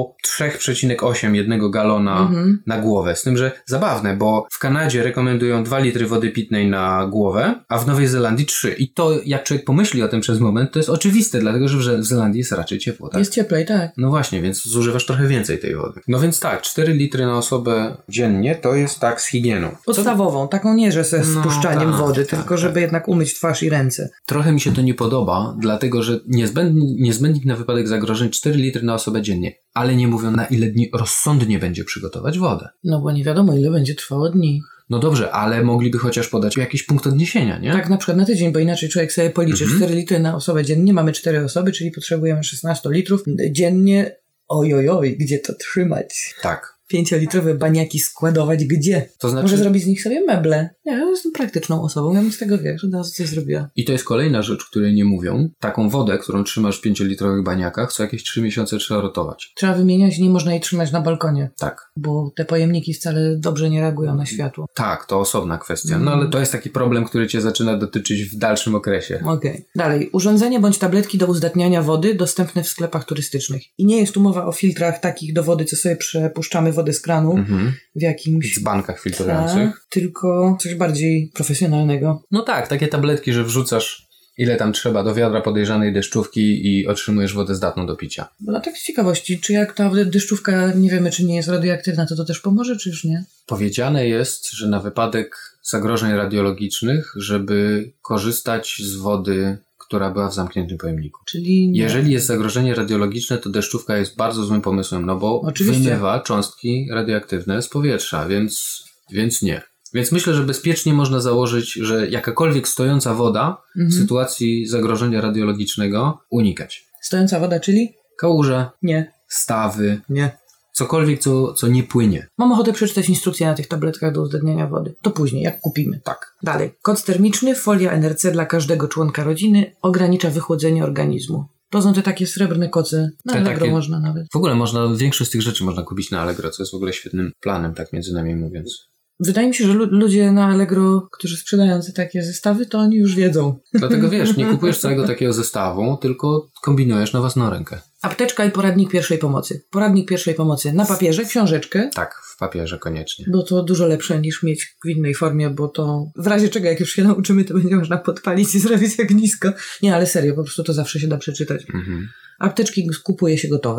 3,8 jednego galona na głowę. Z tym, że zabawne, bo w Kanadzie rekomendują 2 litry wody pitnej na głowę, a w Nowej Zelandii 3. I to, jak człowiek pomyśli o tym przez moment, to jest oczywiste, dlatego, że w Zelandii jest raczej ciepło. Tak? Jest cieplej, tak. No właśnie, więc zużywasz trochę więcej tej wody. No więc tak, 4 litry na osobę dziennie to jest tak z higieną. Podstawową, taką nie, że ze spuszczaniem wody, tylko żeby jednak umyć twarz i ręce. Trochę mi się to nie podoba, dlatego że niezbędnik na wypadek zagrożeń 4 litry na osobę dziennie, ale nie mówią, na ile dni rozsądnie będzie przygotować wodę. No bo nie wiadomo, ile będzie trwało dni. No dobrze, ale mogliby chociaż podać jakiś punkt odniesienia, nie? Tak, na przykład na tydzień, bo inaczej człowiek sobie policzy 4 litry na osobę dziennie, mamy 4 osoby, czyli potrzebujemy 16 litrów dziennie. Ojojoj, gdzie to trzymać? Tak. 5-litrowe baniaki składować gdzie? To znaczy... Może zrobić z nich sobie meble. Ja jestem praktyczną osobą, ja bym z tego że teraz coś zrobiła. I to jest kolejna rzecz, której nie mówią. Taką wodę, którą trzymasz w 5-litrowych baniakach, co jakieś 3 miesiące trzeba rotować. Trzeba wymieniać, nie można jej trzymać na balkonie. Tak. Bo te pojemniki wcale dobrze nie reagują na światło. Tak, to osobna kwestia. No ale to jest taki problem, który cię zaczyna dotyczyć w dalszym okresie. Okej. Dalej. Urządzenie bądź tabletki do uzdatniania wody dostępne w sklepach turystycznych. I nie jest tu mowa o filtrach takich do wody, co sobie przepuszczamy wodę z kranu w jakimś... dzbankach filtrujących. Tak, tylko coś bardziej profesjonalnego. No tak, takie tabletki, że wrzucasz ile tam trzeba do wiadra podejrzanej deszczówki i otrzymujesz wodę zdatną do picia. No tak z ciekawości, czy jak ta deszczówka, nie wiemy, czy nie jest radioaktywna, to też pomoże, czy już nie? Powiedziane jest, że na wypadek zagrożeń radiologicznych, żeby korzystać z wody, która była w zamkniętym pojemniku. Czyli nie. Jeżeli jest zagrożenie radiologiczne, to deszczówka jest bardzo złym pomysłem, no bo wymywa cząstki radioaktywne z powietrza, więc nie. Więc myślę, że bezpiecznie można założyć, że jakakolwiek stojąca woda w sytuacji zagrożenia radiologicznego unikać. Stojąca woda, czyli? Kałuże, Nie. stawy, Nie. cokolwiek, co nie płynie. Mam ochotę przeczytać instrukcję na tych tabletkach do uzdatniania wody. To później, jak kupimy. Tak. Dalej. Koc termiczny, folia NRC dla każdego członka rodziny ogranicza wychłodzenie organizmu. To są te takie srebrne koce. Na Allegro można nawet. W ogóle większość z tych rzeczy można kupić na Allegro, co jest w ogóle świetnym planem, tak między nami mówiąc. Wydaje mi się, że ludzie na Allegro, którzy sprzedają te takie zestawy, to oni już wiedzą. Dlatego wiesz, nie kupujesz całego takiego zestawu, tylko kombinujesz na własną rękę. Apteczka i poradnik pierwszej pomocy. Poradnik pierwszej pomocy na papierze, książeczkę. Tak, w papierze koniecznie. Bo to dużo lepsze niż mieć w innej formie, bo to w razie czego, jak już się nauczymy, to będzie można podpalić i zrobić ognisko. Nie, ale serio, po prostu to zawsze się da przeczytać. Apteczki kupuje się gotowe już.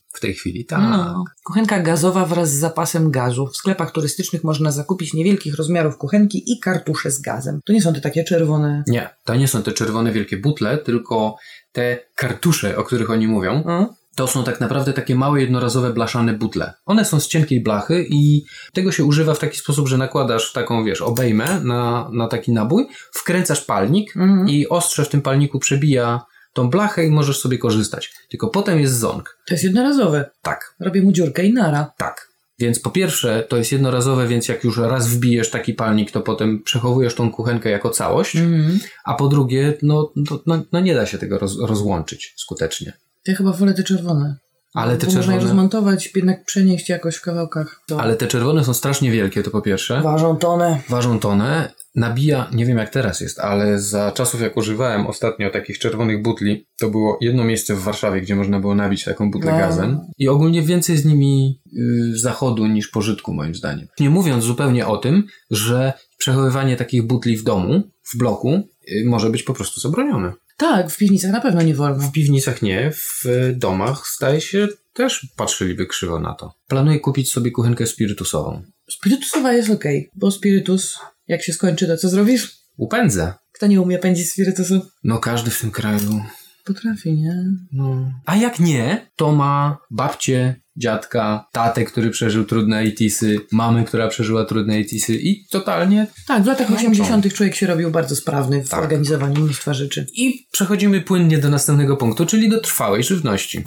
W tej chwili, tak. No. Kuchenka gazowa wraz z zapasem gazu. W sklepach turystycznych można zakupić niewielkich rozmiarów kuchenki i kartusze z gazem. To nie są te takie czerwone... Nie, to nie są te czerwone wielkie butle, tylko te kartusze, o których oni mówią. To są tak naprawdę takie małe, jednorazowe, blaszane butle. One są z cienkiej blachy i tego się używa w taki sposób, że nakładasz taką, obejmę na taki nabój, wkręcasz palnik i ostrze w tym palniku przebija tą blachę i możesz sobie korzystać. Tylko potem jest ząg. To jest jednorazowe. Tak. Robię mu dziurkę i nara. Tak. Więc po pierwsze to jest jednorazowe, więc jak już raz wbijesz taki palnik, to potem przechowujesz tą kuchenkę jako całość, a po drugie, no nie da się tego rozłączyć skutecznie. Ja chyba wolę te czerwone. Ale te bo czerwone... można je rozmontować, jednak przenieść jakoś w kawałkach. Ale te czerwone są strasznie wielkie, to po pierwsze. Ważą tonę. Nabija, nie wiem jak teraz jest, ale za czasów jak używałem ostatnio takich czerwonych butli, to było jedno miejsce w Warszawie, gdzie można było nabić taką butlę gazem. I ogólnie więcej z nimi zachodu niż pożytku, moim zdaniem. Nie mówiąc zupełnie o tym, że przechowywanie takich butli w domu, w bloku, może być po prostu zabronione. Tak, w piwnicach na pewno nie wolno. W piwnicach nie, w domach zdaje się też patrzyliby krzywo na to. Planuję kupić sobie kuchenkę spirytusową. Spirytusowa jest okej, bo spirytus, jak się skończy, to co zrobisz? Upędzę. Kto nie umie pędzić spirytusu? No każdy w tym kraju. Potrafi, nie? No. A jak nie, to ma babcię, dziadka, tatę, który przeżył trudne 80'sy, mamę, która przeżyła trudne 80'sy i totalnie... Tak, w latach 80. człowiek się robił bardzo sprawny w organizowaniu mnóstwa rzeczy. I przechodzimy płynnie do następnego punktu, czyli do trwałej żywności.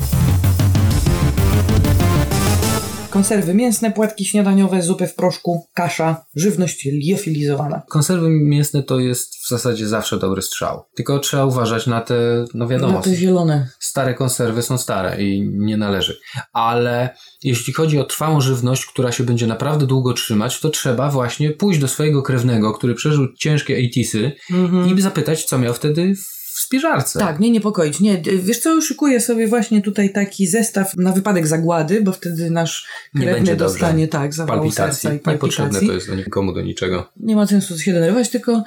Konserwy mięsne, płatki śniadaniowe, zupy w proszku, kasza, żywność liofilizowana. Konserwy mięsne to jest w zasadzie zawsze dobry strzał. Tylko trzeba uważać na te, no wiadomo, Na te zielone. stare konserwy są stare i nie należy. Ale jeśli chodzi o trwałą żywność, która się będzie naprawdę długo trzymać, to trzeba właśnie pójść do swojego krewnego, który przeżył ciężkie 80'sy i zapytać, co miał wtedy w spiżarce. Tak, nie niepokoić. Nie, wiesz co, szykuję sobie właśnie tutaj taki zestaw na wypadek zagłady, bo wtedy nasz krewny dostanie zawału serca i palpitacji. Niepotrzebne to jest nikomu do niczego. Nie ma sensu się denerwować, tylko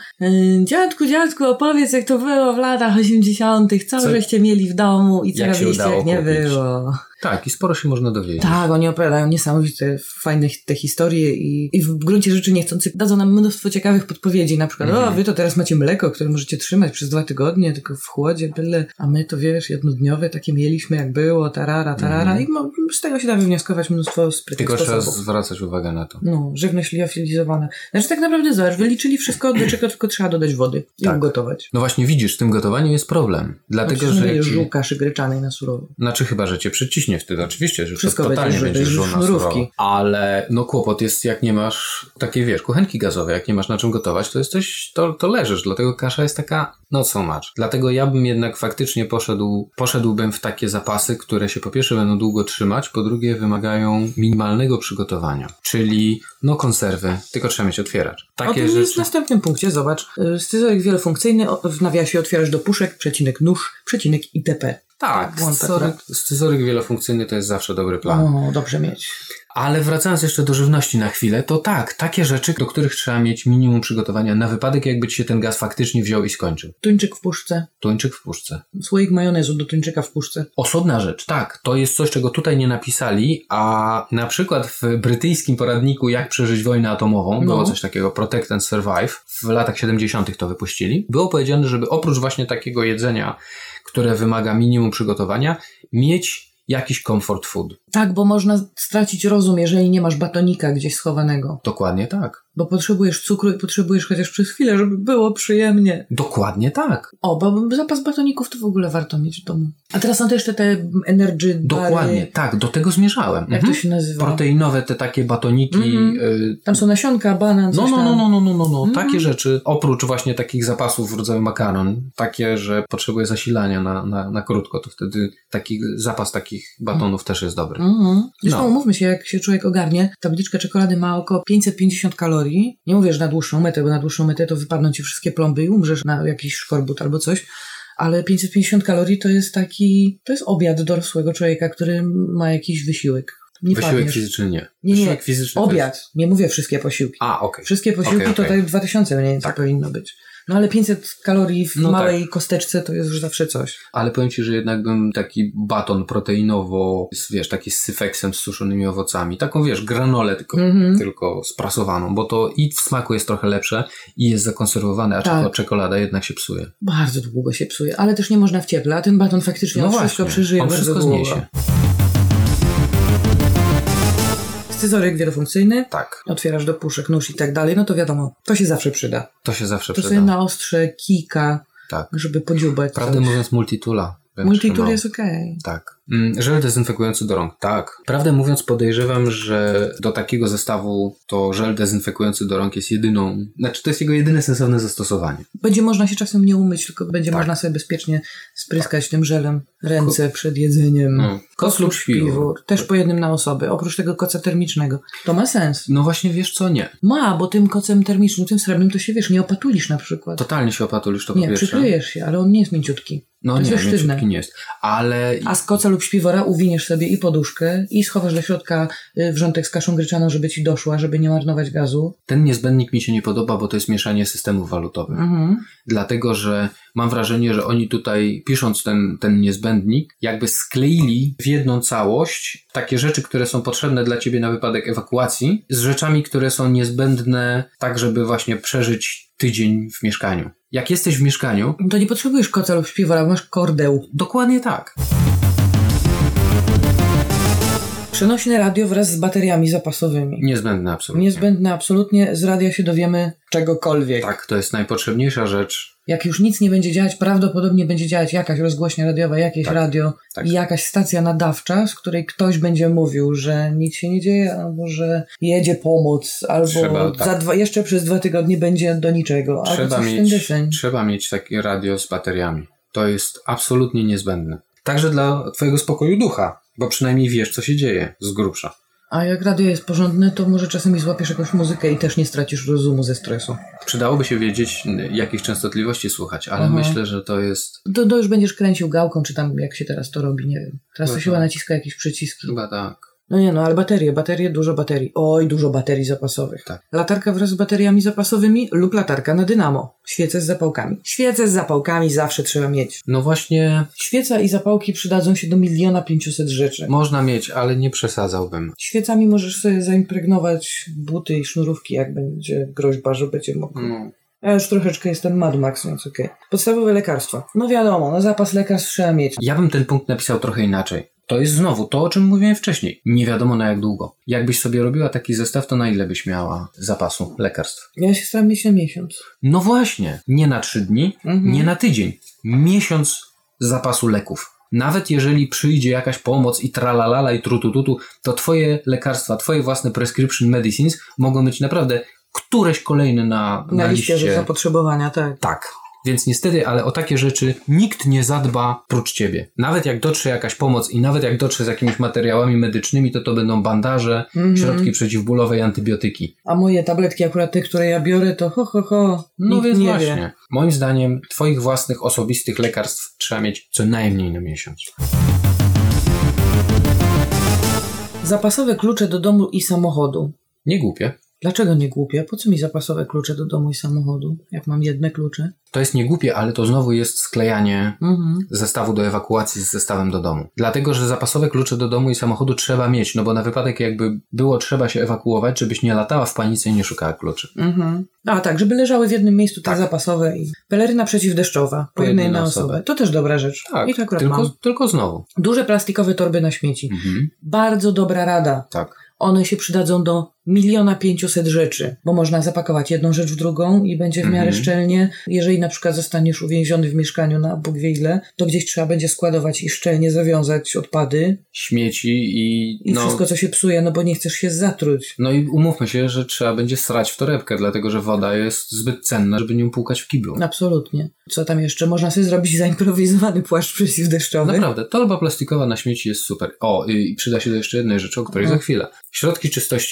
dziadku, opowiedz jak to było w latach 80. Co żeście mieli w domu i co robiliście jak nie kupić. było. Tak, i sporo się można dowiedzieć. Tak, oni opowiadają niesamowite, fajne te historie i w gruncie rzeczy niechcący dadzą nam mnóstwo ciekawych podpowiedzi. Na przykład, wy to teraz macie mleko, które możecie trzymać przez 2 tygodnie, tylko w chłodzie, byle, a my to wiesz, jednodniowe takie mieliśmy jak było, tarara i z tego się da wywnioskować mnóstwo sprytnych sposobów. Tylko trzeba zwracać uwagę na to. No, żywność liofilizowana. Znaczy tak naprawdę zobacz, wyliczyli wszystko, do czego tylko trzeba dodać wody i ugotować. No właśnie widzisz, w tym gotowaniu jest problem. Dlatego, że... nie żół kaszy gryczanej na surowo. Znaczy chyba, że cię przyciśnie wtedy, oczywiście, że wszystko totalnie będziesz żół na surowo. Ale no kłopot jest, jak nie masz takiej, kuchenki gazowe, jak nie masz na czym gotować, to jesteś, to leżysz, dlatego kasza jest taka no so much. Dlatego ja bym jednak faktycznie poszedłbym w takie zapasy, które się po pierwsze będą długo trzymać, po drugie wymagają minimalnego przygotowania. Czyli konserwy, tylko trzeba mieć otwieracz. Takie rzeczy. W następnym punkcie, zobacz, scyzoryk wielofunkcyjny, w nawiasie otwierasz do puszek, nóż, itp. Tak, scyzoryk wielofunkcyjny to jest zawsze dobry plan. O, dobrze mieć. Ale wracając jeszcze do żywności na chwilę, to tak, takie rzeczy, do których trzeba mieć minimum przygotowania na wypadek, jakby ci się ten gaz faktycznie wziął i skończył. Tuńczyk w puszce. Tuńczyk w puszce. Słoik majonezu do tuńczyka w puszce. Osobna rzecz, tak. To jest coś, czego tutaj nie napisali, a na przykład w brytyjskim poradniku Jak przeżyć wojnę atomową, było coś takiego, Protect and Survive, w latach 70. to wypuścili. Było powiedziane, żeby oprócz właśnie takiego jedzenia, które wymaga minimum przygotowania, mieć jakiś comfort food. Tak, bo można stracić rozum, jeżeli nie masz batonika gdzieś schowanego. Dokładnie tak. Bo potrzebujesz cukru i potrzebujesz chociaż przez chwilę, żeby było przyjemnie. Dokładnie tak. Bo zapas batoników to w ogóle warto mieć w domu. A teraz są też te energy bary. Dokładnie, tak, do tego zmierzałem. Jak to się nazywa? Proteinowe, te takie batoniki. Tam są nasionka, banan, coś tam. Takie rzeczy, oprócz właśnie takich zapasów w rodzaju makaron, takie, że potrzebuje zasilania na krótko, to wtedy taki zapas takich batonów też jest dobry. Zresztą umówmy się, jak się człowiek ogarnie, tabliczka czekolady ma około 550 kalorii. Nie mówię, że na dłuższą metę, bo na dłuższą metę to wypadną ci wszystkie plomby i umrzesz na jakiś szkorbut albo coś. Ale 550 kalorii to jest obiad dorosłego człowieka, który ma jakiś wysiłek. Wysiłek fizyczny nie. Nie, fizyczny obiad. Nie mówię wszystkie posiłki. A, okej. Wszystkie posiłki to tak 2000 mniej więcej powinno być. No ale 500 kalorii w No małej kosteczce to jest już zawsze coś. Ale powiem Ci, że jednak bym taki baton proteinowo, wiesz, taki z syfeksem, z suszonymi owocami, taką, wiesz, granolę tylko sprasowaną, bo to i w smaku jest trochę lepsze i jest zakonserwowane, a Tak. czekolada jednak się psuje. Bardzo długo się psuje, ale też nie można w cieple, a ten baton faktycznie on wszystko przeżyje on bardzo wszystko długo. zniesie. Scyzoryk wielofunkcyjny, Tak, otwierasz do puszek, nóż i tak dalej, no to wiadomo, to się zawsze przyda. to się zawsze To przyda. sobie na ostrze kijka, Tak. żeby podziubać. Prawdę coś. mówiąc, multitula. Multitool jest okej. Tak. Żel dezynfekujący do rąk. Tak. Prawdę mówiąc, podejrzewam, że do takiego zestawu to żel dezynfekujący do rąk jest to jest jego jedyne sensowne zastosowanie. Będzie można się czasem nie umyć, tylko będzie Tak. można sobie bezpiecznie spryskać tym żelem ręce przed jedzeniem. Koc lub śpiwór. Też po jednym na osobę, oprócz tego koca termicznego. To ma sens. No właśnie, wiesz co? Nie. Ma, bo tym kocem termicznym, tym srebrnym to się, wiesz, nie opatulisz na przykład. Totalnie się opatulisz, to po Nie, pierwsze. przykryjesz się, ale on nie jest mięciutki. No to jest nie, już sztywne. mięciutki nie jest. Ale... A z koca lub śpiwora uwiniesz sobie i poduszkę i schowasz do środka wrzątek z kaszą gryczaną, żeby ci doszła, żeby nie marnować gazu. Ten niezbędnik mi się nie podoba, bo to jest mieszanie systemów walutowych. Dlatego, że mam wrażenie, że oni tutaj, pisząc ten niezbędnik, jakby skleili w jedną całość takie rzeczy, które są potrzebne dla ciebie na wypadek ewakuacji, z rzeczami, które są niezbędne tak, żeby właśnie przeżyć tydzień w mieszkaniu. Jak jesteś w mieszkaniu... To nie potrzebujesz koca lub śpiwora, bo masz kordeł. Dokładnie tak. Przenośne radio wraz z bateriami zapasowymi. Niezbędne absolutnie. Niezbędne absolutnie, z radia się dowiemy czegokolwiek. Tak, to jest najpotrzebniejsza rzecz. Jak już nic nie będzie działać, prawdopodobnie będzie działać jakaś rozgłośnia radiowa, jakieś radio tak. i jakaś stacja nadawcza, z której ktoś będzie mówił, że nic się nie dzieje, albo że jedzie pomoc, albo jeszcze przez 2 tygodnie będzie do niczego. Trzeba mieć takie radio z bateriami. To jest absolutnie niezbędne. Także dla twojego spokoju ducha, bo przynajmniej wiesz, co się dzieje z grubsza. A jak radio jest porządne, to może czasami złapiesz jakąś muzykę i też nie stracisz rozumu ze stresu. Przydałoby się wiedzieć, jakich częstotliwości słuchać, ale myślę, że to jest... To już będziesz kręcił gałką, czy tam jak się teraz to robi, nie wiem. Teraz to się chyba naciska jakieś przyciski. Chyba tak. No nie, ale baterie, dużo baterii. Oj, dużo baterii zapasowych. Tak. Latarka wraz z bateriami zapasowymi lub latarka na dynamo. Świece z zapałkami. Świece z zapałkami zawsze trzeba mieć. No właśnie... Świeca i zapałki przydadzą się do 1 500 000 rzeczy. Można mieć, ale nie przesadzałbym. Świecami możesz sobie zaimpregnować buty i sznurówki, jak będzie groźba, że będzie mokro. Ja już troszeczkę jestem Mad Max, więc okej. Podstawowe lekarstwa. No wiadomo, zapas lekarstw trzeba mieć. Ja bym ten punkt napisał trochę inaczej. To jest znowu to, o czym mówiłem wcześniej. Nie wiadomo na jak długo. Jakbyś sobie robiła taki zestaw, to na ile byś miała zapasu lekarstw? Ja się staram mieć na miesiąc. No właśnie. Nie na 3 dni, nie na tydzień. Miesiąc zapasu leków. Nawet jeżeli przyjdzie jakaś pomoc i tralalala i trutututu, to twoje lekarstwa, twoje własne prescription medicines mogą być naprawdę któreś kolejne na liście zapotrzebowania, tak. Tak. Więc niestety, ale o takie rzeczy nikt nie zadba prócz ciebie. Nawet jak dotrze jakaś pomoc i nawet jak dotrze z jakimiś materiałami medycznymi, to będą bandaże, środki przeciwbólowe i antybiotyki. A moje tabletki, akurat te, które ja biorę, to No nikt więc nie właśnie. wie. Moim zdaniem twoich własnych, osobistych lekarstw trzeba mieć co najmniej na miesiąc. Zapasowe klucze do domu i samochodu. Nie głupie. Dlaczego nie głupie? Po co mi zapasowe klucze do domu i samochodu, jak mam jedne klucze? To jest nie głupie, ale to znowu jest sklejanie zestawu do ewakuacji z zestawem do domu. Dlatego, że zapasowe klucze do domu i samochodu trzeba mieć, no bo na wypadek jakby było trzeba się ewakuować, żebyś nie latała w panice i nie szukała kluczy. A tak, żeby leżały w jednym miejscu te zapasowe i peleryna przeciwdeszczowa po jednej na osobę. To też dobra rzecz. Tak, I to akurat mam. tylko znowu. Duże plastikowe torby na śmieci. Bardzo dobra rada. Tak. One się przydadzą do 1 500 000 rzeczy, bo można zapakować jedną rzecz w drugą i będzie w miarę szczelnie. Jeżeli na przykład zostaniesz uwięziony w mieszkaniu na Bóg wie ile, to gdzieś trzeba będzie składować i szczelnie zawiązać odpady. Śmieci I wszystko, co się psuje, no bo nie chcesz się zatruć. No i umówmy się, że trzeba będzie srać w torebkę, dlatego że woda jest zbyt cenna, żeby nią płukać w kiblu. Absolutnie. Co tam jeszcze? Można sobie zrobić zaimprowizowany płaszcz przeciwdeszczowy. Naprawdę, torba plastikowa na śmieci jest super. O, i przyda się do jeszcze jednej rzeczy, o której za chwilę. Środki czystości i higieny.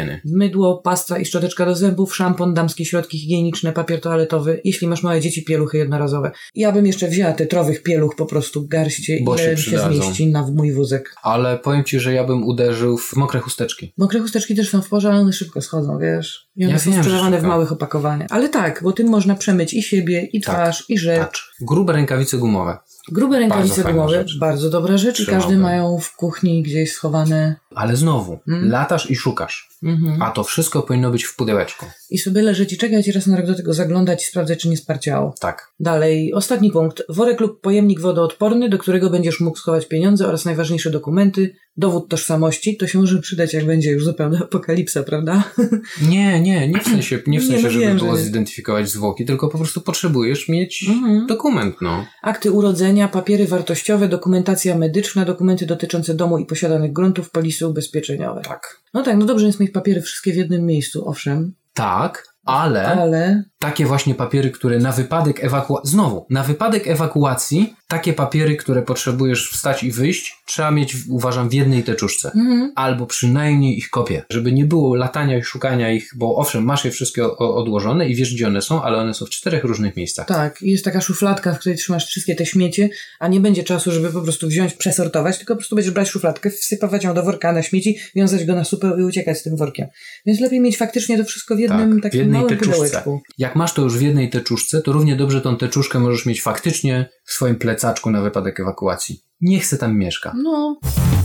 higieny. Mydło, pasta i szczoteczka do zębów, szampon, damskie środki higieniczne, papier toaletowy, jeśli masz małe dzieci, pieluchy jednorazowe. Ja bym jeszcze wzięła tetrowych pieluch po prostu garście, Bo ile się zmieści na mój wózek. Ale powiem ci, że ja bym uderzył w mokre chusteczki. Mokre chusteczki też są w porze, ale one szybko schodzą, wiesz? I one Ja są wiem, że sprzedawane w szybko. małych opakowaniach. Ale tak, bo tym można przemyć i siebie, i twarz, i rzecz. Tak. Grube rękawice gumowe. Grube rękawice Bardzo fajna gumowe, rzecz. bardzo dobra rzecz i każdy Trzymałbym. mają w kuchni gdzieś schowane. Ale znowu, latasz i szukasz. A to wszystko powinno być w pudełeczku. I sobie leżeć i czekać i raz na rok do tego zaglądać i sprawdzać, czy nie sparciało. Tak. Dalej, ostatni punkt. Worek lub pojemnik wodoodporny, do którego będziesz mógł schować pieniądze oraz najważniejsze dokumenty. Dowód tożsamości. To się może przydać, jak będzie już zupełna apokalipsa, prawda? Nie w sensie, Nie, no żeby wiem, było że- zidentyfikować zwłoki, tylko po prostu potrzebujesz mieć dokument, no. Akty urodzenia, papiery wartościowe, dokumentacja medyczna, dokumenty dotyczące domu i posiadanych gruntów, polisy ubezpieczeniowe. Tak. No tak, no dobrze jest mieć papiery wszystkie w jednym miejscu, owszem, Tak, ale takie właśnie papiery, które na wypadek ewakuacji, takie papiery, które potrzebujesz wstać i wyjść, trzeba mieć, uważam, w jednej teczuszce. Albo przynajmniej ich kopię, żeby nie było latania i szukania ich, bo owszem, masz je wszystkie odłożone i wiesz, gdzie one są, ale one są w 4 różnych miejscach. tak, i jest taka szufladka, w której trzymasz wszystkie te śmiecie, a nie będzie czasu, żeby po prostu wziąć, przesortować, tylko po prostu będziesz brać szufladkę, wsypywać ją do worka na śmieci, wiązać go na supę i uciekać z tym workiem. Więc lepiej mieć faktycznie to wszystko w jednym Tak, w takim jednej małym teczuszce. pudełeczku. Jak masz to już w jednej teczuszce, to równie dobrze tą teczuszkę możesz mieć faktycznie w swoim plecaczku na wypadek ewakuacji. Niech se tam mieszka. No.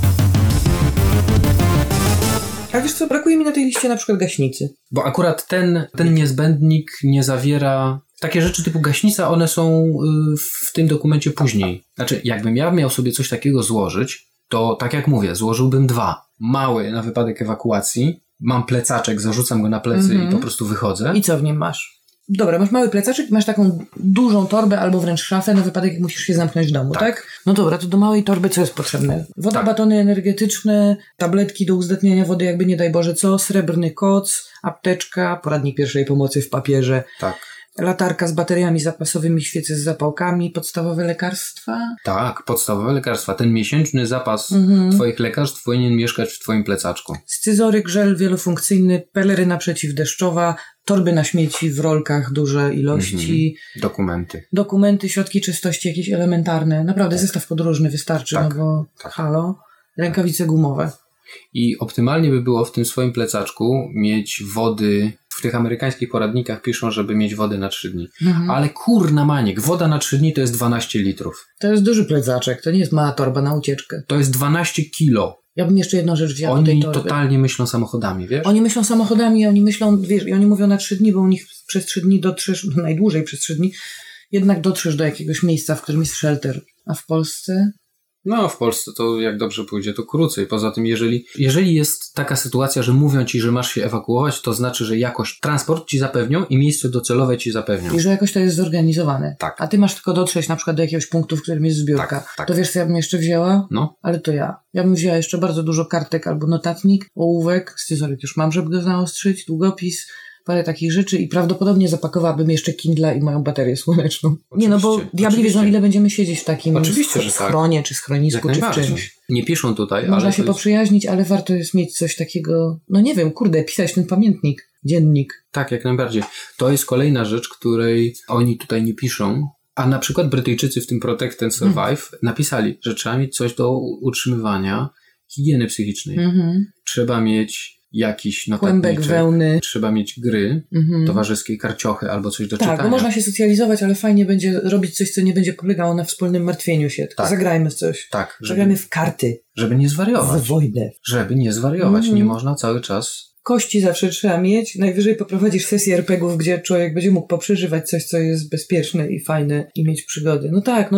A wiesz co, brakuje mi na tej liście na przykład gaśnicy. Bo akurat ten niezbędnik nie zawiera... Takie rzeczy typu gaśnica, one są w tym dokumencie później. Znaczy, jakbym ja miał sobie coś takiego złożyć, to tak jak mówię, złożyłbym 2. Mały na wypadek ewakuacji, mam plecaczek, zarzucam go na plecy i po prostu wychodzę. I co w nim masz? Dobra, masz mały plecaczek, masz taką dużą torbę albo wręcz szafę na wypadek, jak musisz się zamknąć w domu, tak? No dobra, to do małej torby co jest potrzebne? Woda, Tak. batony energetyczne, tabletki do uzdatniania wody, jakby nie daj Boże co, srebrny koc, apteczka, poradnik pierwszej pomocy w papierze, Tak. latarka z bateriami zapasowymi, świece z zapałkami, podstawowe lekarstwa. Tak, podstawowe lekarstwa. Ten miesięczny zapas twoich lekarstw powinien mieszkać w twoim plecaczku. Scyzoryk, żel wielofunkcyjny, peleryna przeciwdeszczowa, torby na śmieci w rolkach, duże ilości, Dokumenty. dokumenty, środki czystości jakieś elementarne. Naprawdę zestaw podróżny wystarczy, Tak, no bo tak. halo, rękawice gumowe. I optymalnie by było w tym swoim plecaczku mieć wody. W tych amerykańskich poradnikach piszą, żeby mieć wodę na 3 dni. Ale kurna maniek, woda na 3 dni to jest 12 litrów. To jest duży plecaczek, to nie jest mała torba na ucieczkę. To jest 12 kilo. Ja bym jeszcze jedną rzecz wzięła do tej Oni torby. totalnie myślą samochodami, wiesz? Oni myślą samochodami, oni myślą, wiesz, i oni mówią na 3 dni, bo u nich przez 3 dni dotrzesz, najdłużej przez 3 dni, jednak dotrzesz do jakiegoś miejsca, w którym jest shelter. A w Polsce? No, w Polsce to jak dobrze pójdzie, to krócej. Poza tym, jeżeli jest taka sytuacja, że mówią ci, że masz się ewakuować, to znaczy, że jakoś transport ci zapewnią i miejsce docelowe ci zapewnią. I że jakoś to jest zorganizowane. Tak. A ty masz tylko dotrzeć na przykład do jakiegoś punktu, w którym jest zbiórka. Tak, tak. To wiesz, co ja bym jeszcze wzięła? No, Ale to ja. Ja bym wzięła jeszcze bardzo dużo kartek albo notatnik, ołówek, scyzoryk już mam, żeby go zaostrzyć, długopis, parę takich rzeczy i prawdopodobnie zapakowałabym jeszcze Kindla i moją baterię słoneczną. Nie no, bo Oczywiście, diabli oczywiście. wiedzą, ile będziemy siedzieć w takim Oczywiście, że tak. schronie, czy jak schronisku, czy w najbardziej. czymś. Nie piszą tutaj, Można ale się to jest... poprzyjaźnić, ale warto jest mieć coś takiego, no nie wiem, kurde, pisać ten pamiętnik, dziennik. Tak, jak najbardziej. To jest kolejna rzecz, której oni tutaj nie piszą, a na przykład Brytyjczycy w tym Protect and Survive napisali, że trzeba mieć coś do utrzymywania higieny psychicznej. Trzeba mieć jakiś Kłębek notatniczek, wełny. trzeba mieć gry towarzyskie, karciochy albo coś do czytania. Tak, bo można się socjalizować, ale fajnie będzie robić coś, co nie będzie polegało na wspólnym martwieniu się. Tak. Zagrajmy w coś. Tak, Zagrajmy w karty, żeby nie zwariować. w wojnę. Żeby nie zwariować. Nie można cały czas... Kości zawsze trzeba mieć. Najwyżej poprowadzisz sesję RPGów, gdzie człowiek będzie mógł poprzeżywać coś, co jest bezpieczne i fajne i mieć przygody.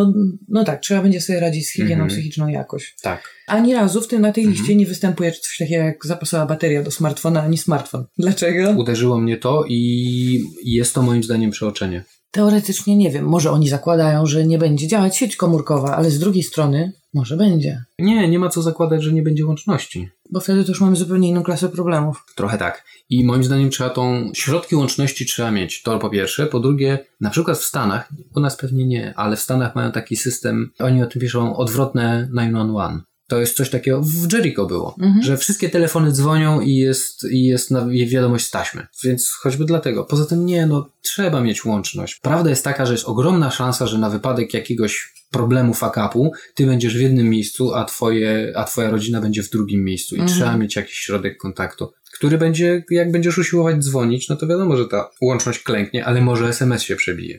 No tak, trzeba będzie sobie radzić z higieną psychiczną jakoś. Tak. Ani razu na tej liście nie występuje coś takiego jak zapasowa bateria do smartfona, ani smartfon. Dlaczego? Uderzyło mnie to i jest to moim zdaniem przeoczenie. Teoretycznie nie wiem. Może oni zakładają, że nie będzie działać sieć komórkowa, ale z drugiej strony może będzie. Nie ma co zakładać, że nie będzie łączności. Bo wtedy to już mamy zupełnie inną klasę problemów. Trochę tak. I moim zdaniem środki łączności trzeba mieć. To po pierwsze. Po drugie, na przykład w Stanach, u nas pewnie nie, ale w Stanach mają taki system, oni o tym piszą, odwrotne 911. To jest coś takiego, w Jericho było, że wszystkie telefony dzwonią i jest wiadomość z taśmy. Więc choćby dlatego. Poza tym trzeba mieć łączność. Prawda jest taka, że jest ogromna szansa, że na wypadek jakiegoś problemu fuck-upu ty będziesz w jednym miejscu, a twoja rodzina będzie w drugim miejscu i trzeba mieć jakiś środek kontaktu, który będzie, jak będziesz usiłować dzwonić, no to wiadomo, że ta łączność klęknie, ale może SMS się przebije.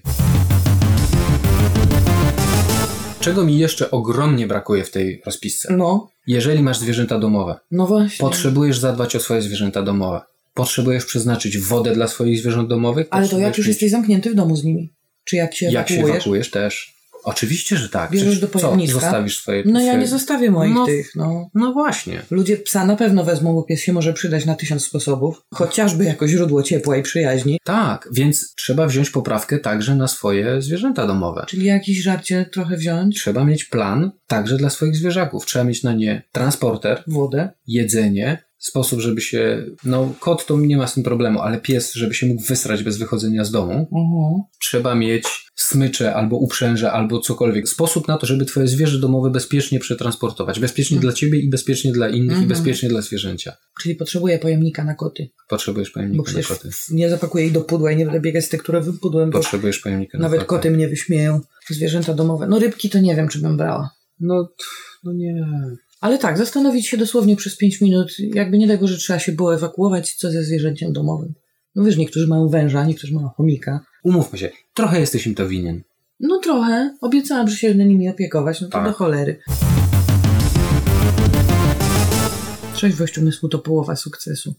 Czego mi jeszcze ogromnie brakuje w tej rozpisce? Jeżeli masz zwierzęta domowe, właśnie. Potrzebujesz zadbać o swoje zwierzęta domowe. Potrzebujesz przeznaczyć wodę dla swoich zwierząt domowych. Ale to jak już jesteś zamknięty w domu z nimi? Czy jak się ewakuujesz też? Oczywiście, że tak. Bierzesz do pojemniczka? Zostawisz swoje... Ja nie zostawię moich tych, No właśnie. Ludzie psa na pewno wezmą, bo pies się może przydać na 1000 sposobów. Chociażby jako źródło ciepła i przyjaźni. Tak, więc trzeba wziąć poprawkę także na swoje zwierzęta domowe. Czyli jakieś żarcie trochę wziąć? Trzeba mieć plan także dla swoich zwierzaków. Trzeba mieć na nie transporter, wodę, jedzenie, sposób, żeby się... kot to nie ma z tym problemu, ale pies, żeby się mógł wysrać bez wychodzenia z domu. Trzeba mieć smycze albo uprzęże, albo cokolwiek. Sposób na to, żeby twoje zwierzę domowe bezpiecznie przetransportować. Bezpiecznie dla ciebie i bezpiecznie dla innych i bezpiecznie dla zwierzęcia. Czyli potrzebuję pojemnika na koty. Potrzebujesz pojemnika na koty. Nie zapakuję ich do pudła i nie będę biegać z tych, które wypudłem. Potrzebujesz pojemnika na koty. Nawet koty mnie wyśmieją. Zwierzęta domowe. Rybki to nie wiem, czy bym brała. Nie... Ale tak, zastanowić się dosłownie przez 5 minut, jakby nie tego, że trzeba się było ewakuować, co ze zwierzęciem domowym. Wiesz, niektórzy mają węża, niektórzy mają chomika. Umówmy się, trochę jesteś im to winien. Trochę. Obiecałam, że się nimi opiekować, to tak. Do cholery. Trzeźwość umysłu to połowa sukcesu.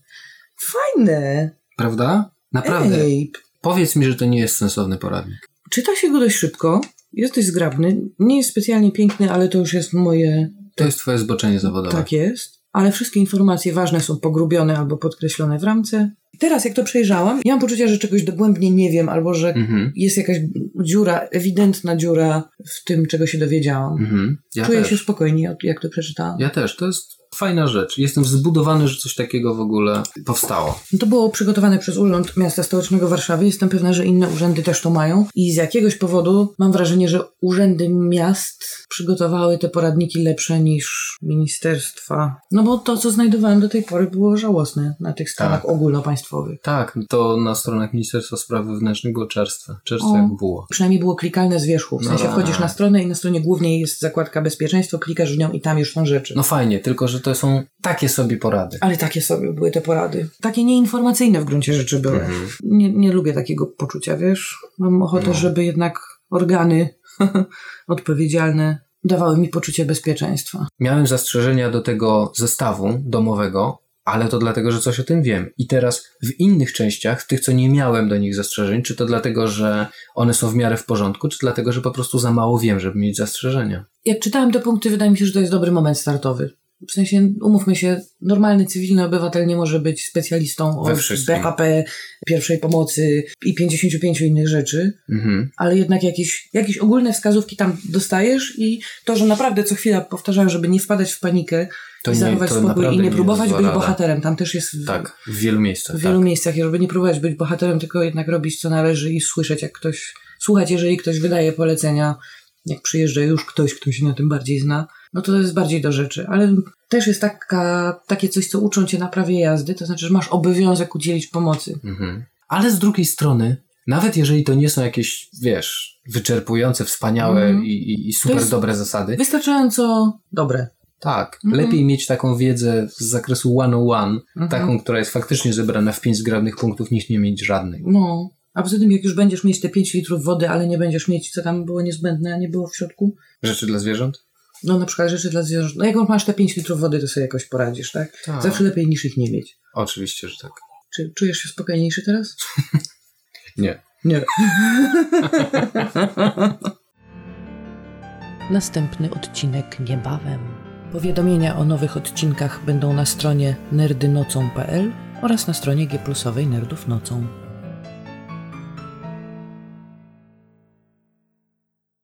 Fajne! Prawda? Naprawdę. Ej. Powiedz mi, że to nie jest sensowny poradnik. Czyta się go dość szybko, jest dość zgrabny, nie jest specjalnie piękny, ale to już jest moje... To jest twoje zboczenie zawodowe. Tak jest, ale wszystkie informacje ważne są pogrubione albo podkreślone w ramce. Teraz jak to przejrzałam, ja mam poczucie, że czegoś dogłębnie nie wiem, albo że jest jakaś dziura, ewidentna dziura w tym, czego się dowiedziałam. Ja Czuję też. się spokojnie, jak to przeczytałam. Ja też, to jest fajna rzecz. Jestem zbudowany, że coś takiego w ogóle powstało. To było przygotowane przez Urząd Miasta Stołecznego Warszawy. Jestem pewna, że inne urzędy też to mają. I z jakiegoś powodu mam wrażenie, że urzędy miast przygotowały te poradniki lepsze niż ministerstwa. Bo to, co znajdowałem do tej pory, było żałosne na tych stronach ogólnopaństwowych. Tak, to na stronach Ministerstwa Spraw Wewnętrznych było czerstwe. Czerstwe jak było. Przynajmniej było klikalne z wierzchu. W sensie wchodzisz na stronę i na stronie głównej jest zakładka bezpieczeństwo, klikasz w nią i tam już są rzeczy. Fajnie, tylko że to są takie sobie porady. Ale takie sobie były te porady. Takie nieinformacyjne w gruncie rzeczy były. Nie lubię takiego poczucia, wiesz? Mam ochotę, żeby jednak organy odpowiedzialne dawały mi poczucie bezpieczeństwa. Miałem zastrzeżenia do tego zestawu domowego, ale to dlatego, że coś o tym wiem. I teraz w innych częściach, tych, co nie miałem do nich zastrzeżeń, czy to dlatego, że one są w miarę w porządku, czy dlatego, że po prostu za mało wiem, żeby mieć zastrzeżenia. Jak czytałem te punkty, wydaje mi się, że to jest dobry moment startowy. W sensie, umówmy się, normalny, cywilny obywatel nie może być specjalistą od BHP, pierwszej pomocy i 55 innych rzeczy, ale jednak jakieś ogólne wskazówki tam dostajesz i to, że naprawdę co chwila powtarzają, żeby nie wpadać w panikę i zachować spokój i nie próbować być bohaterem. Tam też jest w wielu miejscach. W wielu miejscach, żeby nie próbować być bohaterem, tylko jednak robić co należy i słyszeć, słuchać, jeżeli ktoś wydaje polecenia, jak przyjeżdża już ktoś, kto się na tym bardziej zna, to jest bardziej do rzeczy. Ale też jest takie coś, co uczą cię na prawie jazdy, to znaczy, że masz obowiązek udzielić pomocy. Ale z drugiej strony, nawet jeżeli to nie są jakieś, wyczerpujące, wspaniałe i super dobre zasady. Wystarczająco dobre. Tak. Lepiej mieć taką wiedzę z zakresu 101, taką, która jest faktycznie zebrana w 5 zgrabnych punktów, niż nie mieć żadnej. A poza tym, jak już będziesz mieć te 5 litrów wody, ale nie będziesz mieć, co tam było niezbędne, a nie było w środku? Rzeczy dla zwierząt? Na przykład rzeczy dla zwierząt. Jak masz te 5 litrów wody, to sobie jakoś poradzisz, tak? Zawsze lepiej niż ich nie mieć. Oczywiście, że tak. Czy czujesz się spokojniejszy teraz? Nie. Następny odcinek niebawem. Powiadomienia o nowych odcinkach będą na stronie nerdynocą.pl oraz na stronie G+owej Nerdów Nocą.